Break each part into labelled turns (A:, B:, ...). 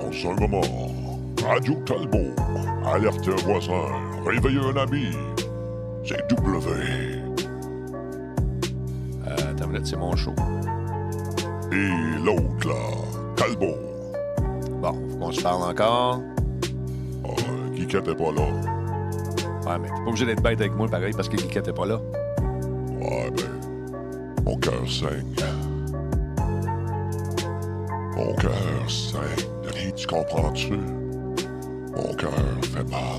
A: Dans un moment, Radio Talbot, alerte un voisin, réveille un ami. C'est W.
B: Attends une minute, c'est mon show.
A: Et l'autre là, Talbot.
B: Bon, faut qu'on se parle encore.
A: Guiquette est pas là.
B: Ouais, mais t'es pas obligé d'être bête avec moi pareil parce que Guiquette est pas là.
A: Ouais, ben, mon cœur saigne. Mon cœur saigne. Denis, tu comprends-tu? Mon cœur fait mal.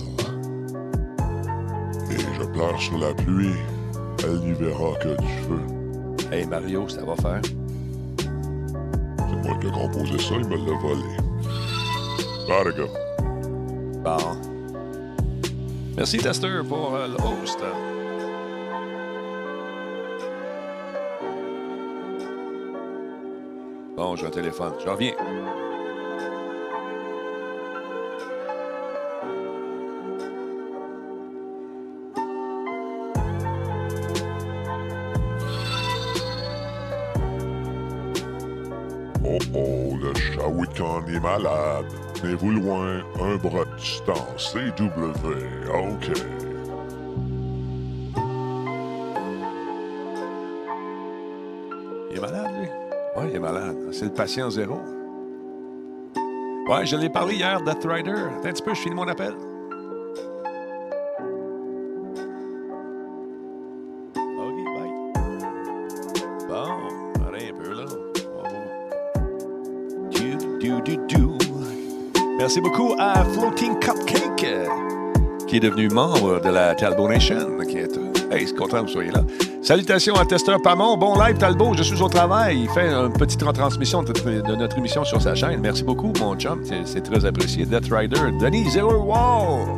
A: Et je pleure sur la pluie. Elle n'y verra que du feu.
B: Hey Mario, ça va faire?
A: C'est moi qui ai composé ça, il me l'a volé. Bye, les gars.
B: Bon. Merci, Tester, pour le host. Bon, j'ai un téléphone. Je reviens.
A: Oh, le Shawinigan est malade. Tenez-vous loin, un bras de distance. CW, OK.
B: Il est malade, lui? Oui, il est malade. C'est le patient zéro. Ouais, je l'ai parlé hier, Death Rider. Attends un petit peu, je finis mon appel. OK, bye. Bon, arrête un peu, là. Merci beaucoup à Floating Cupcake, qui est devenu membre de la Talbot Nation, qui est... Hey, c'est content que vous soyez là. Salutations à Testeur Pamon. Bon live, Talbot. Je suis au travail. Il fait une petite retransmission de notre émission sur sa chaîne. Merci beaucoup, mon chum. C'est très apprécié. Death Rider. Denis, Zero Wall.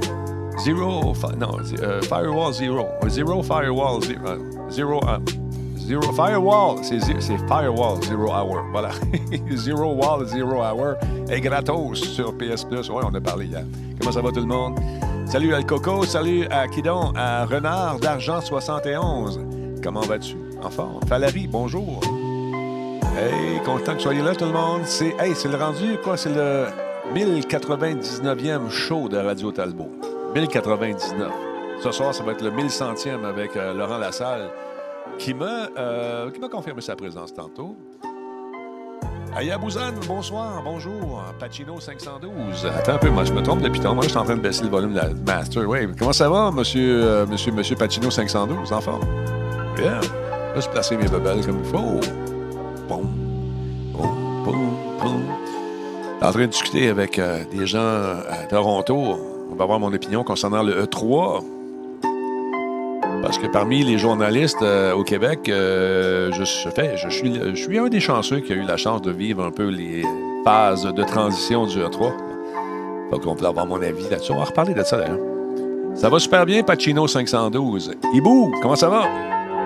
B: Firewall Zero. Zero Firewall Zero. Zero Firewall. C'est Firewall Zero Hour. Voilà. Zero Wall, Zero Hour. Et gratos sur PS Plus. Ouais, on a parlé hier. Comment ça va, tout le monde? Salut à Le Coco, salut à Kidon, à Renard d'Argent 71. Comment vas-tu? En forme. Valérie, bonjour. Hey, content que vous soyez là, tout le monde. C'est le rendu, quoi? C'est le 1099e show de Radio Talbot. 1099. Ce soir, ça va être le 1100e avec Laurent Lassalle, qui m'a confirmé sa présence tantôt. Aya Bouzane, bonsoir, bonjour. Pacino 512. Attends un peu, moi je me trompe depuis tantôt. Moi je suis en train de baisser le volume de la master. Oui, comment ça va, monsieur Pacino 512, en forme? Bien. Là, je placer mes bebelles comme il faut. Boum, boum, boum, boum. Je suis en train de discuter avec des gens à Toronto. On va avoir mon opinion concernant le E3. Parce que parmi les journalistes au Québec, je suis un des chanceux qui a eu la chance de vivre un peu les phases de transition du E3. Faut qu'on peut avoir mon avis là-dessus. On va reparler de ça d'ailleurs. Ça va super bien, Pacino 512. Hibou, comment ça va?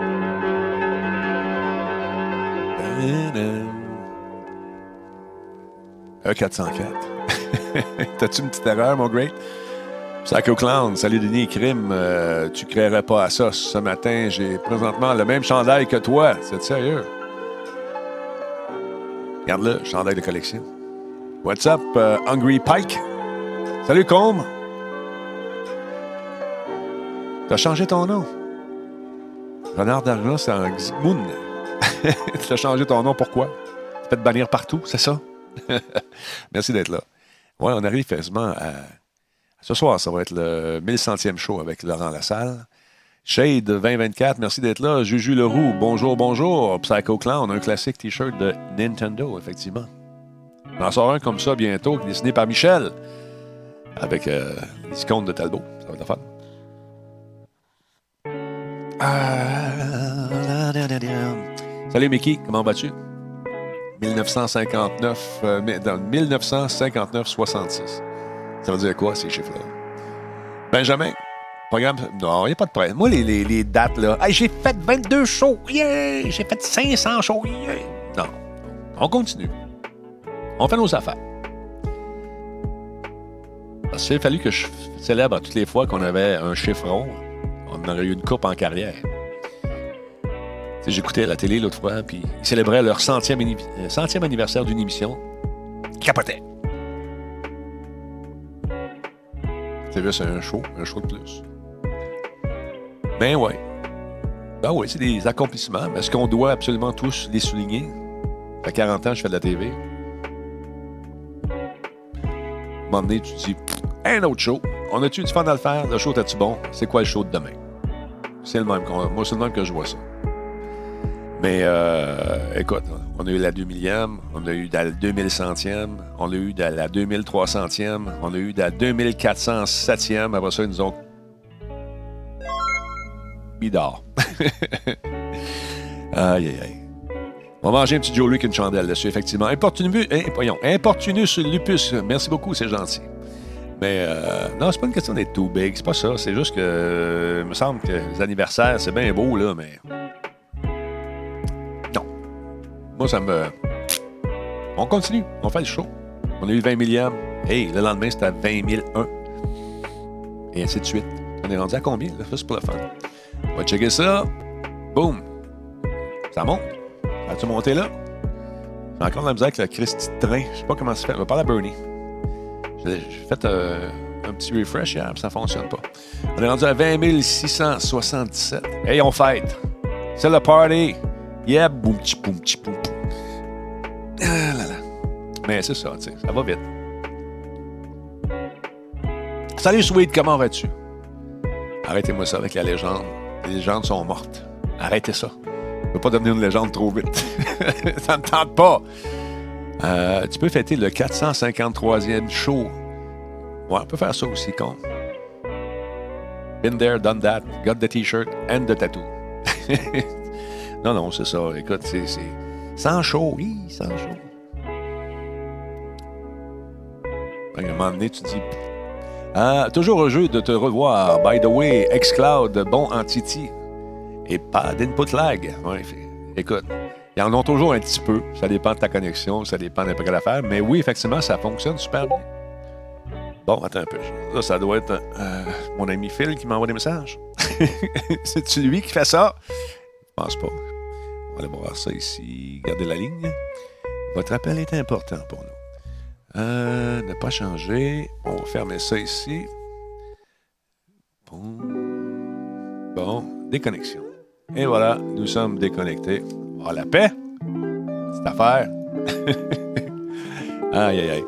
B: E404. T'as-tu une petite erreur, mon great? Psycho Clown, salut Denis, crime, tu créerais pas à ça. Ce matin, j'ai présentement le même chandail que toi. C'est sérieux? Regarde-le, chandail de collection. What's up, Hungry Pike? Salut, Combe. T'as changé ton nom. Renard d'argent, c'est un Xmoun. Tu as changé ton nom, pourquoi? Tu peux te bannir partout, c'est ça? Merci d'être là. Ouais, on arrive quasiment à... Ce soir, ça va être le 1100e show avec Laurent Lassalle. Shade 2024, merci d'être là. Juju Leroux, bonjour, bonjour. Psycho Clown, un classique T-shirt de Nintendo, effectivement. On en sort un comme ça bientôt, dessiné par Michel, avec les icônes de Talbot. Ça va être la fun. Salut Mickey, comment vas-tu? 1959, 1959-66. Ça veut dire quoi, ces chiffres-là? Benjamin, programme... Non, il n'y a pas de problème. Moi, les dates, là... Hey, j'ai fait 22 shows! Yeah! J'ai fait 500 shows! Yeah! Non. On continue. On fait nos affaires. Parce qu'il a fallu que je célèbre toutes les fois qu'on avait un chiffre rond. On aurait eu une coupe en carrière. J'écoutais la télé l'autre fois, puis ils célébraient leur 100e anniversaire d'une émission. Capotait. C'est juste un show de plus. Ben ouais. Ben oui, c'est des accomplissements. Mais est-ce qu'on doit absolument tous les souligner? Ça fait 40 ans que je fais de la TV. À un moment donné, tu te dis, un autre show. On a-tu du fun à le faire? Le show, t'as-tu bon? C'est quoi le show de demain? C'est le même. Moi, c'est le même que je vois ça. Mais, écoute, on a eu la 2000e, on a eu la 2100e, on a eu la 2300e, on a eu la 2407e. Après ça, ils nous ont mis dehors. Aïe, aïe, aïe. On va manger un petit Joe Luke et une chandelle dessus, effectivement. Importunus lupus. Merci beaucoup, c'est gentil. Mais non, c'est pas une question d'être too big, c'est pas ça. C'est juste que il me semble que les anniversaires, c'est bien beau, là, mais non. Moi, ça me... On continue, on fait le show. On a eu le 20 millième. Hey, le lendemain, c'était à 20 001. Et ainsi de suite. On est rendu à combien, là? C'est pour le fun. On va checker ça. Boum. Ça monte. As-tu monté là? J'ai encore de la misère avec le Christy de train. Je sais pas comment ça se fait. On va parler à Bernie. J'ai fait un petit refresh hier, puis ça fonctionne pas. On est rendu à 20 677. Hey, on fête. C'est le party. Yeah, boum, tchi, boum, tchi, boum. Ah là là. Mais c'est ça, tu sais, ça va vite. Salut, Sweet, comment vas-tu? Arrêtez-moi ça avec la légende. Les légendes sont mortes. Arrêtez ça. Je ne peux pas devenir une légende trop vite. Ça ne me tente pas. Tu peux fêter le 453e show. Ouais, on peut faire ça aussi, con. Been there, done that. Got the t-shirt and the tattoo. Non, c'est ça. Écoute, c'est... Sans show, oui, sans show. À un moment donné, tu dis... toujours heureux de te revoir. By the way, xCloud, bon en Titi. Et pas d'input lag. Ouais, écoute, ils en ont toujours un petit peu. Ça dépend de ta connexion, ça dépend de n'importe quelle affaire. Mais oui, effectivement, ça fonctionne super bien. Bon, attends un peu. Là, ça doit être mon ami Phil qui m'envoie des messages. C'est-tu lui qui fait ça? Je pense pas. On va aller voir ça ici. Gardez la ligne. Votre appel est important pour nous. Ne pas changer. On va fermer ça ici. Bon, déconnexion. Et voilà, nous sommes déconnectés. Oh, la paix! Cette affaire. Aïe, aïe, aïe.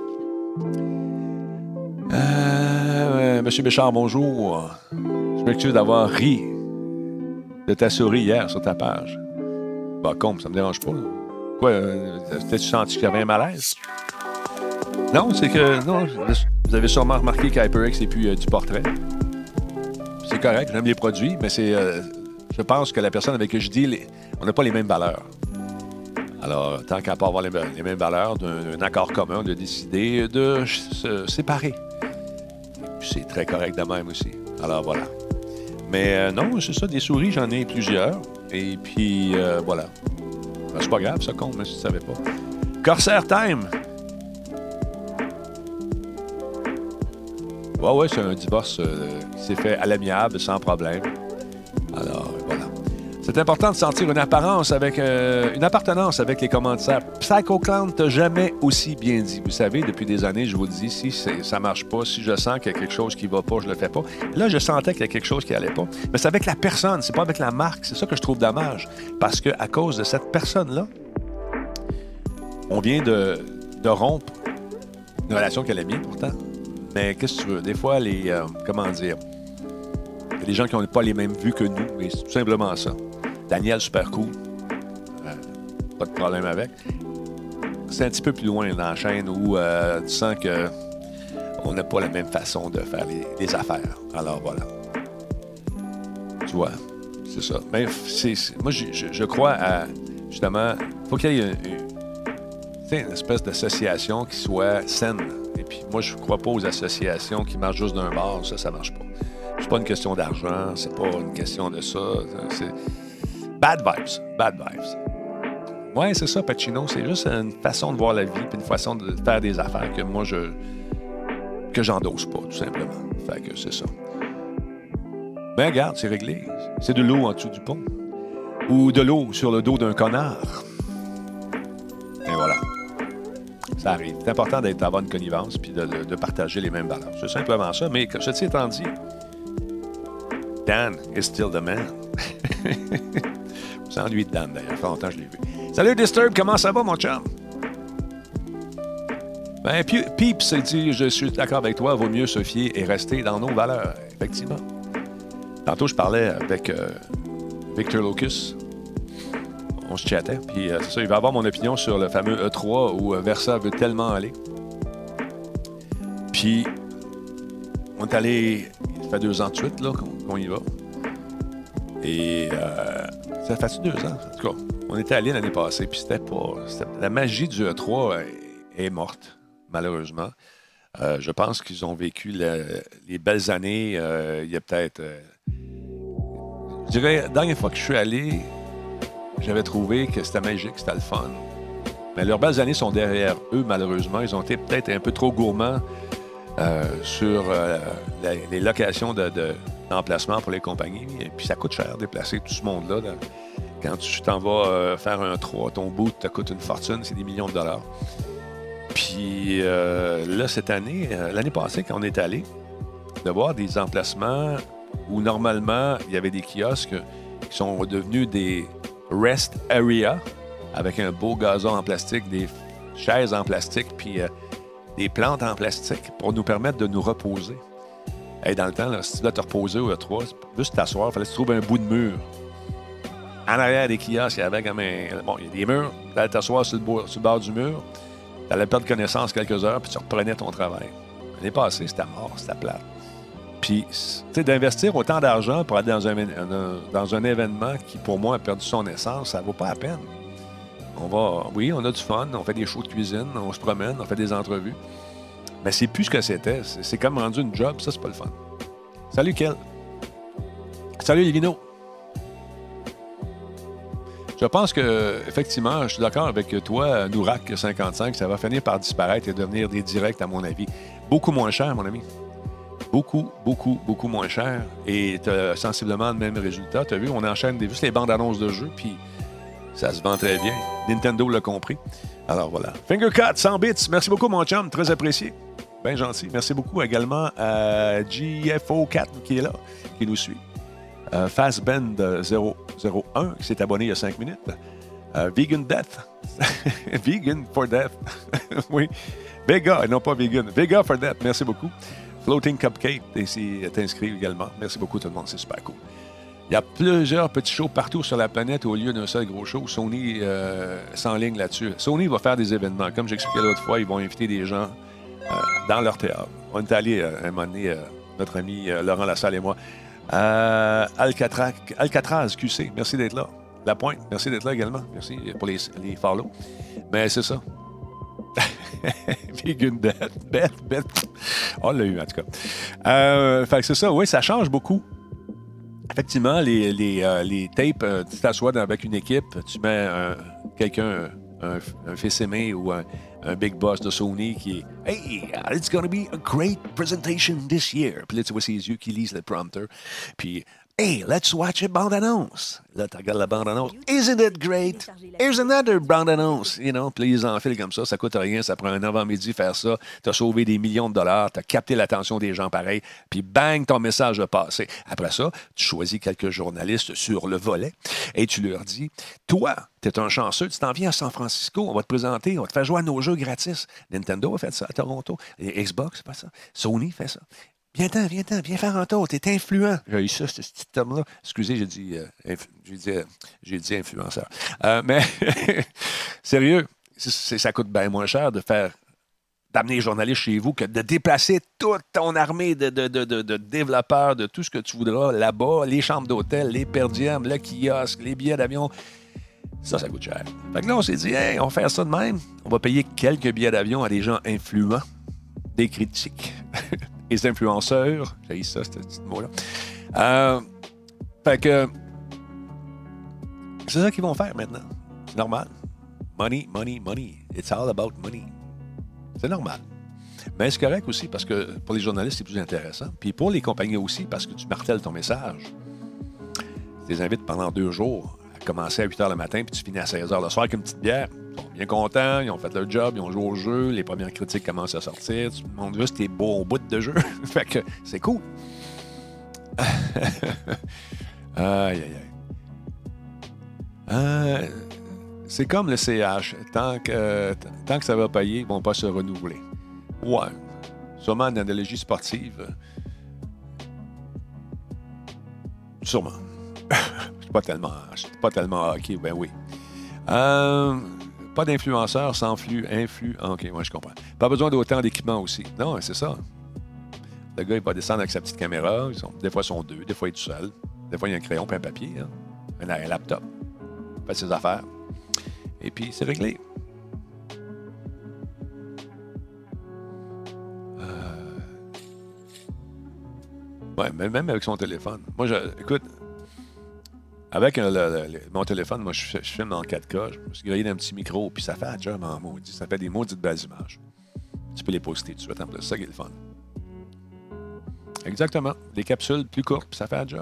B: Monsieur Béchard, bonjour. Je m'excuse d'avoir ri de ta souris hier sur ta page. Bah, comme, ça me dérange pas. Là. Quoi, t'as-tu senti qu'il y avait un malaise? Non, c'est que... Non, vous avez sûrement remarqué qu'HyperX, c'est plus du portrait. C'est correct, j'aime les produits, mais c'est... je pense que la personne avec qui je dis, on n'a pas les mêmes valeurs. Alors, tant qu'à pas avoir les mêmes valeurs, d'un accord commun, de décider de se séparer. Puis c'est très correct de même aussi. Alors, voilà. Mais non, c'est ça, des souris, j'en ai plusieurs. Et puis, voilà. Ben, c'est pas grave, ça compte, même si tu ne savais pas. Corsair Time! Ouais, c'est un divorce qui s'est fait à l'amiable, sans problème. Alors, voilà. C'est important de sentir une appartenance avec les commanditaires. Psycho Clown t'a jamais aussi bien dit. Vous savez, depuis des années, je vous le dis, si ça marche pas, si je sens qu'il y a quelque chose qui va pas, je le fais pas. Là, je sentais qu'il y a quelque chose qui allait pas. Mais c'est avec la personne, c'est pas avec la marque. C'est ça que je trouve dommage. Parce que à cause de cette personne-là, on vient de rompre une relation qu'elle a bien pourtant. Mais qu'est-ce que tu veux? Des fois, comment dire? Il y a des gens qui n'ont pas les mêmes vues que nous, mais c'est tout simplement ça. Daniel, super cool. Pas de problème avec. C'est un petit peu plus loin dans la chaîne où tu sens qu'on n'a pas la même façon de faire les affaires. Alors, voilà. Tu vois, c'est ça. Mais moi, je crois à, justement, il faut qu'il y ait une espèce d'association qui soit saine. Et puis, moi, je ne crois pas aux associations qui marchent juste d'un bord. Ça marche pas. C'est pas une question d'argent, c'est pas une question de ça. C'est bad vibes. Ouais, c'est ça, Pacino. C'est juste une façon de voir la vie puis une façon de faire des affaires que moi, que j'endosse pas, tout simplement. Fait que c'est ça. Ben, regarde, c'est réglé. C'est de l'eau en dessous du pont. Ou de l'eau sur le dos d'un connard. Et voilà. Ça arrive. C'est important d'être en bonne connivence puis de partager les mêmes valeurs. C'est simplement ça. Mais ceci étant dit, Dan is still the man. Vous ennuyez de Dan, d'ailleurs. Ça fait longtemps que je l'ai vu. Salut, Disturb. Comment ça va, mon chum? Ben, Peeps s'est dit, je suis d'accord avec toi, vaut mieux se fier et rester dans nos valeurs. Effectivement. Tantôt, je parlais avec Victor Locus. On se chattait. Puis, c'est ça, il va avoir mon opinion sur le fameux E3 où Versa veut tellement aller. Puis, on est allé, ça fait 2 ans de suite là, qu'on y va. Et ça fait 2 ans, en tout cas. On était allé l'année passée, puis c'était pas... la magie du E3 est morte, malheureusement. Je pense qu'ils ont vécu les belles années. Il y a peut-être... je dirais, la dernière fois que je suis allé, j'avais trouvé que c'était magique, c'était le fun. Mais leurs belles années sont derrière eux, malheureusement. Ils ont été peut-être un peu trop gourmands sur les locations d'emplacement pour les compagnies. Et puis ça coûte cher déplacer tout ce monde-là. Quand tu t'en vas faire un 3, ton boot te coûte une fortune, c'est des millions de dollars. Puis là, cette année, l'année passée, quand on est allé, de voir des emplacements où normalement, il y avait des kiosques qui sont devenus des rest area avec un beau gazon en plastique, des chaises en plastique, puis des plantes en plastique pour nous permettre de nous reposer. Hey, dans le temps, là, si tu dois te reposer au E3, juste t'asseoir, il fallait que tu trouves un bout de mur. En arrière des kiosques, il y avait comme un... Bon, il y a des murs, tu allais t'asseoir sur le bord du mur, tu allais perdre connaissance quelques heures, puis tu reprenais ton travail. L'année passée, c'était mort, c'était plate. Puis, tu sais, d'investir autant d'argent pour aller dans un événement qui, pour moi, a perdu son essence, ça vaut pas la peine. Oui, on a du fun, on fait des shows de cuisine, on se promène, on fait des entrevues. Mais c'est plus ce que c'était. C'est comme rendu une job, ça, c'est pas le fun. Salut, Kel. Salut, Livino. Je pense que, effectivement, je suis d'accord avec toi, Nourak 55, ça va finir par disparaître et devenir des directs, à mon avis. Beaucoup moins cher, mon ami. Beaucoup, beaucoup, beaucoup moins cher. Et tu as sensiblement le même résultat. Tu as vu, on enchaîne juste les bandes annonces de jeux, puis ça se vend très bien. Nintendo l'a compris. Alors voilà. Fingercut, 100 bits. Merci beaucoup, mon chum. Très apprécié. Bien gentil. Merci beaucoup également à GFO4 qui est là, qui nous suit. Fastbend 001 qui s'est abonné il y a 5 minutes. Vegan Death. Vegan for Death. Oui. Vega, non pas Vegan. Vega for Death. Merci beaucoup. Floating Cupcake est inscrit également. Merci beaucoup tout le monde. C'est super cool. Il y a plusieurs petits shows partout sur la planète au lieu d'un seul gros show. Sony s'enligne là-dessus. Sony va faire des événements. Comme j'expliquais l'autre fois, ils vont inviter des gens dans leur théâtre. On est allé un moment donné, notre ami Laurent Lassalle et moi, Alcatraz QC. Merci d'être là. La Pointe, merci d'être là également. Merci pour les follow. Mais c'est ça. Vegan Beth. On l'a eu, en tout cas. Fait que c'est ça. Oui, ça change beaucoup. Effectivement, les tapes, tu t'assois avec une équipe, tu mets quelqu'un, un fils aimé ou un big boss de Sony qui est « Hey, it's gonna be a great presentation this year ». Puis là, tu vois ses yeux qui lisent le prompter. Puis « Hey, let's watch a bande-annonce ». Là, tu regardes la bande-annonce. « Isn't it great? Here's another bande-annonce ». You know? Puis là, ils enfilent comme ça coûte rien, ça prend un avant-midi faire ça. Tu as sauvé des millions de dollars, tu as capté l'attention des gens pareil, puis bang, ton message a passé. Après ça, tu choisis quelques journalistes sur le volet et tu leur dis « Toi, t'es un chanceux, tu t'en viens à San Francisco, on va te présenter, on va te faire jouer à nos jeux gratis. » Nintendo a fait ça à Toronto. Et Xbox, c'est pas ça. Sony fait ça. Viens-t'en, viens faire un tour, t'es influent. J'ai eu ça, ce petit terme-là. Excusez, j'ai dit influenceur. Mais, sérieux, ça coûte bien moins cher d'amener les journalistes chez vous que de déplacer toute ton armée de développeurs, de tout ce que tu voudras là-bas, les chambres d'hôtel, les per diem, le kiosque, les billets d'avion. Ça coûte cher. Fait que là, on s'est dit, hey, on va faire ça de même. On va payer quelques billets d'avion à des gens influents, des critiques. Les influenceurs, j'ai ça, ce petit mot-là. Fait que c'est ça qu'ils vont faire maintenant. C'est normal. Money, money, money. It's all about money. C'est normal. Mais c'est correct aussi parce que pour les journalistes, c'est plus intéressant. Puis pour les compagnies aussi, parce que tu martèles ton message. Tu les invites pendant 2 jours à commencer à 8 h le matin puis tu finis à 16 h le soir avec une petite bière. Bon, bien contents, ils ont fait leur job, ils ont joué au jeu, les premières critiques commencent à sortir, tout le monde juste tes beaux bouts de jeu. Fait que c'est cool. Aïe, aïe, aïe. C'est comme le CH. Tant que ça va payer, ils ne vont pas se renouveler. Ouais. Sûrement une analogie sportive. Sûrement. Je suis pas tellement hockey, ben oui. Pas d'influenceurs sans influx. OK, moi je comprends. Pas besoin d'autant d'équipement aussi. Non, c'est ça. Le gars, il va descendre avec sa petite caméra. Des fois, ils sont deux. Des fois, il est tout seul. Des fois, il y a un crayon et un papier. Hein? Un laptop. Il fait ses affaires. Et puis, c'est réglé. Ouais, même avec son téléphone. Moi, écoute, avec mon téléphone, moi, je filme en 4K. Je me suis grillé d'un petit micro, puis ça fait un job en maudit. Ça fait des maudites belles images. Tu peux les poster tout de suite en plus. C'est ça qui est le fun. Exactement. Des capsules plus courtes, puis ça fait un job.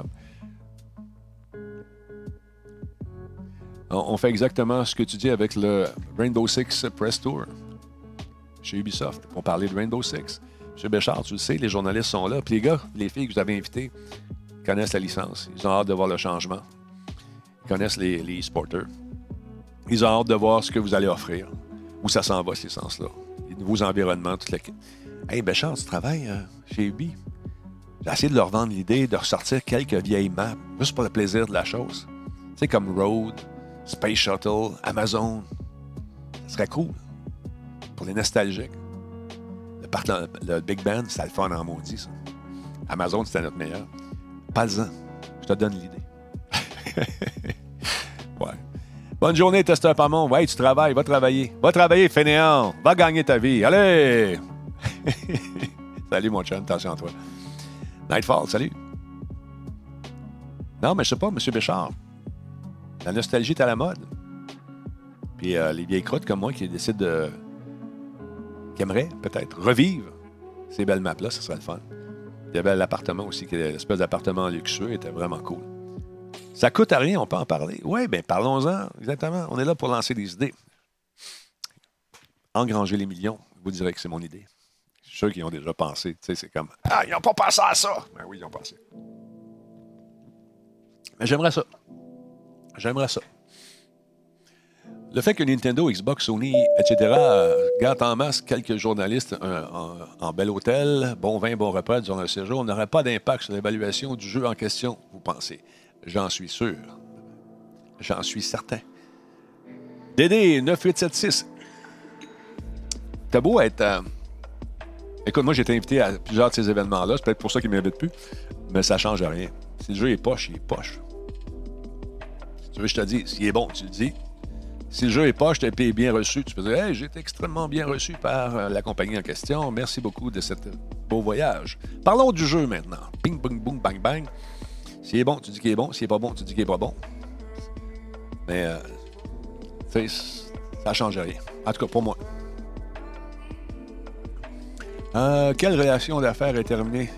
B: On fait exactement ce que tu dis avec le Rainbow Six Press Tour chez Ubisoft pour parler de Rainbow Six. M. Béchard, tu le sais, les journalistes sont là. Puis les gars, les filles que vous avez invités connaissent la licence. Ils ont hâte de voir le changement. Ils connaissent les e-sporters. Ils ont hâte de voir ce que vous allez offrir. Où ça s'en va, cette licence-là. Les nouveaux environnements, toute la... Hey, Béchard, tu travailles chez Ubi. J'ai essayé de leur vendre l'idée de ressortir quelques vieilles maps, juste pour le plaisir de la chose. Tu sais, comme Road, Space Shuttle, Amazon. Ce serait cool. Pour les nostalgiques. Le Big Ben, c'était le fun en maudit, ça. Amazon, c'était notre meilleur. Pas-en. Je te donne l'idée. Ouais. Bonne journée, testeur Pamon. Ouais, tu travailles, va travailler. Va travailler, fainéant. Va gagner ta vie. Allez! Salut, mon chum. Attention à toi. Nightfall, salut. Non, mais je sais pas, M. Béchard. La nostalgie est à la mode. Puis les vieilles crottes comme moi qui décident de... qui aimeraient peut-être revivre ces belles maps-là, ce serait le fun. Il y avait l'appartement aussi, l'espèce d'appartement luxueux, était vraiment cool. Ça coûte à rien, on peut en parler. Oui, bien, parlons-en, exactement. On est là pour lancer des idées. Engranger les millions, je vous dirais que c'est mon idée. Je suis sûr qu'ils ont déjà pensé. Tu sais, c'est comme, ah, ils n'ont pas pensé à ça! Ben oui, ils ont pensé. Mais j'aimerais ça. J'aimerais ça. Le fait que Nintendo, Xbox, Sony, etc. gardent en masse quelques journalistes en bel hôtel, bon vin, bon repas durant le séjour, n'aurait pas d'impact sur l'évaluation du jeu en question, vous pensez? J'en suis sûr. J'en suis certain. Dédé, 9876. T'as beau être... Écoute, moi, j'ai été invité à plusieurs de ces événements-là. C'est peut-être pour ça qu'ils ne m'invitent plus, mais ça ne change rien. Si le jeu est poche, il est poche. Si tu veux, je te dis, s'il est bon, tu le dis. Si le jeu est poche, tu es payé bien reçu, tu peux dire hey, j'ai été extrêmement bien reçu par la compagnie en question. Merci beaucoup de ce beau voyage. Parlons du jeu maintenant. Ping, bing, boum, bang, bang. S'il est bon, tu dis qu'il est bon. S'il n'est pas bon, tu dis qu'il n'est pas bon. Mais, tu sais, ça ne change rien. En tout cas, pour moi. Quelle relation d'affaires est terminée?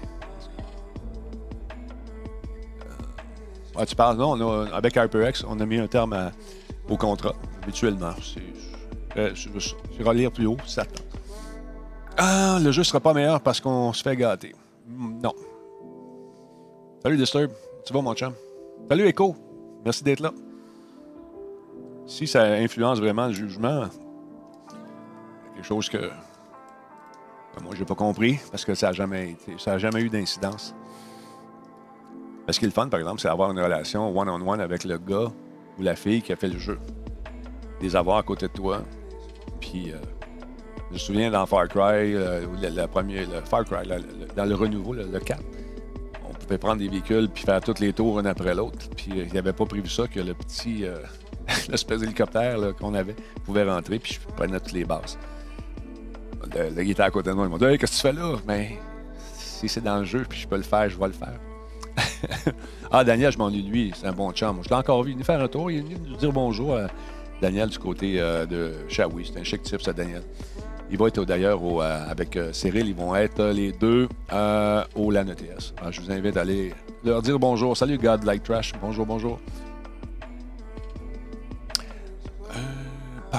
B: Tu parles, non, avec HyperX, on a mis un terme au contrat, habituellement. C'est relire plus haut, ça tente. Ah, le jeu ne sera pas meilleur parce qu'on se fait gâter. Non. Salut Disturb, tu vas mon chum? Salut Echo, merci d'être là. Si ça influence vraiment le jugement, quelque chose que moi j'ai pas compris parce que ça n'a jamais eu d'incidence. Ce qui est le fun, par exemple, c'est d'avoir une relation one-on-one avec le gars ou la fille qui a fait le jeu. Les avoir à côté de toi. Puis, je me souviens dans Far Cry, le Far Cry, dans le renouveau, le 4, on pouvait prendre des véhicules puis faire tous les tours un après l'autre. Puis, il n'avait pas prévu ça que le petit, l'espèce d'hélicoptère là, qu'on avait pouvait rentrer puis je prenais toutes les bases. Le gars était à côté de moi, il m'a dit « Hey, qu'est-ce que tu fais là? » Mais si c'est dans le jeu puis je peux le faire, je vais le faire. Ah, Daniel, je m'ennuie de lui, c'est un bon chum. Je l'ai encore vu, il est venu faire un tour, il est venu nous dire bonjour à Daniel du côté de Shawi. C'est un chic type, ça, Daniel. Il va être d'ailleurs avec Cyril, ils vont être les deux au LAN ETS. Alors, je vous invite à aller leur dire bonjour. Salut, God Like Trash. Bonjour, bonjour. Pam, pam.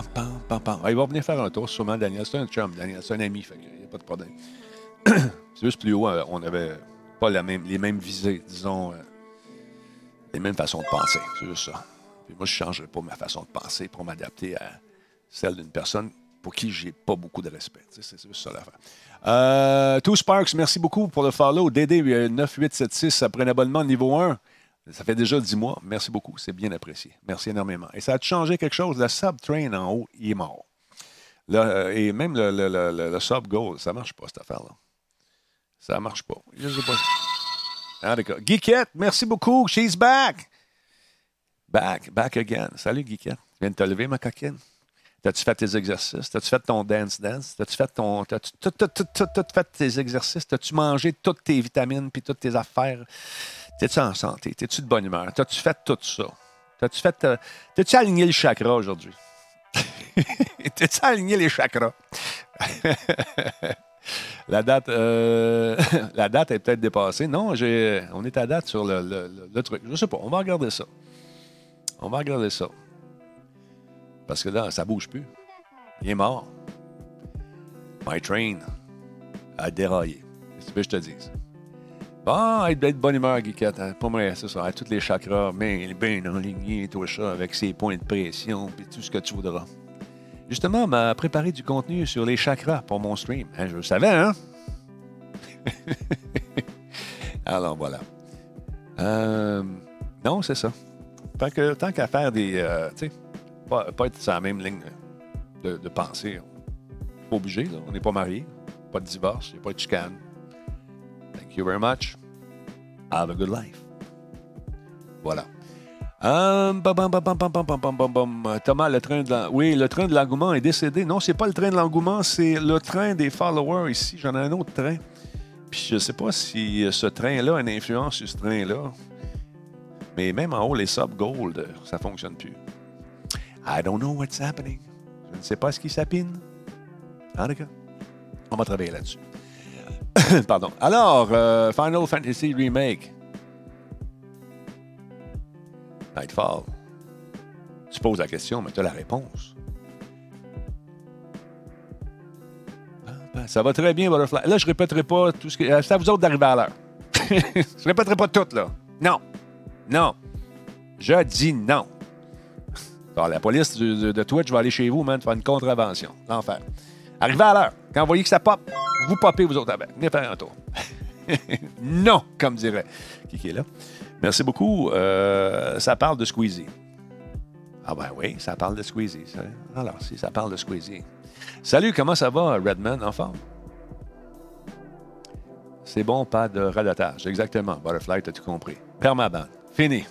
B: Il va venir faire un tour, sûrement, Daniel. C'est un chum, Daniel. C'est un ami, fait qu'il n'y a pas de problème. C'est juste plus haut, on n'avait pas les mêmes visées, disons, les mêmes façons de penser. C'est juste ça. Puis moi, je ne changerais pas ma façon de penser pour m'adapter à celle d'une personne pour qui j'ai pas beaucoup de respect. C'est juste ça l'affaire. Two Sparks, merci beaucoup pour le follow. DD 9876 après un abonnement niveau 1. Ça fait déjà 10 mois. Merci beaucoup. C'est bien apprécié. Merci énormément. Et ça a changé quelque chose. Le Subtrain en haut, il est mort. Là, et même le Sub Goal, ça marche pas, cette affaire-là. Ça marche pas. Je sais pas. Ah, d'accord. Geekette, merci beaucoup. She's back. Back again. Salut, Geekette. Tu viens de te lever, ma coquine? T'as-tu fait tes exercices? T'as-tu fait ton dance? T'as-tu fait ton... T'as-tu fait tes exercices? T'as-tu mangé toutes tes vitamines puis toutes tes affaires? T'es-tu en santé? T'es-tu de bonne humeur? T'as-tu fait tout ça? T'as-tu aligné le chakra aujourd'hui? T'as-tu aligné les chakras? La date est peut-être dépassée. Non, on est à date sur le truc. Je sais pas. On va regarder ça. Parce que là, ça bouge plus. Il est mort. My train a déraillé. Qu'est-ce que tu veux que je te dise? Bon, être de bonne humeur, Guiquette. Pour moi, c'est ça. Tous les chakras, bien enlignés, tout ça, avec ses points de pression, puis tout ce que tu voudras. Justement, m'a préparé du contenu sur les chakras pour mon stream. Je le savais, hein? Alors, voilà. Non, c'est ça. Tant qu'à faire des... tu sais, pas être sur la même ligne de pensée. Pas obligé, là. On n'est pas mariés. Pas de divorce, il n'y a pas de chicane. Thank you very much. Have a good life. Voilà. Thomas, le train de l'engouement. Oui, le train de l'engouement est décédé. Non, c'est pas le train de l'engouement, c'est le train des followers ici. J'en ai un autre train. Puis je sais pas si ce train-là a une influence sur ce train-là. Mais même en haut, les sub-gold, ça fonctionne plus. I don't know what's happening. Je ne sais pas ce qui s'apine. En tout cas, on va travailler là-dessus. Pardon. Alors, Final Fantasy Remake. Nightfall. Tu poses la question, mais tu as la réponse. Ça va très bien, Butterfly. Là, je ne répéterai pas tout ce que... C'est à vous autres d'arriver à l'heure. Je ne répéterai pas tout, là. Non. Non. Je dis non. Alors, la police de Twitch va aller chez vous, man, faire une contravention. L'enfer. Arrivez à l'heure. Quand vous voyez que ça pop, vous popez vous autres avec. Venez faire un tour. Non, comme dirait qui est là. Merci beaucoup. Ça parle de Squeezie. Ah ben oui, ça parle de Squeezie. Alors, si ça parle de Squeezie. Salut, comment ça va, Redman, en forme? C'est bon, pas de radotage. Exactement. Butterfly, t'as tout compris. Permaban. Fini.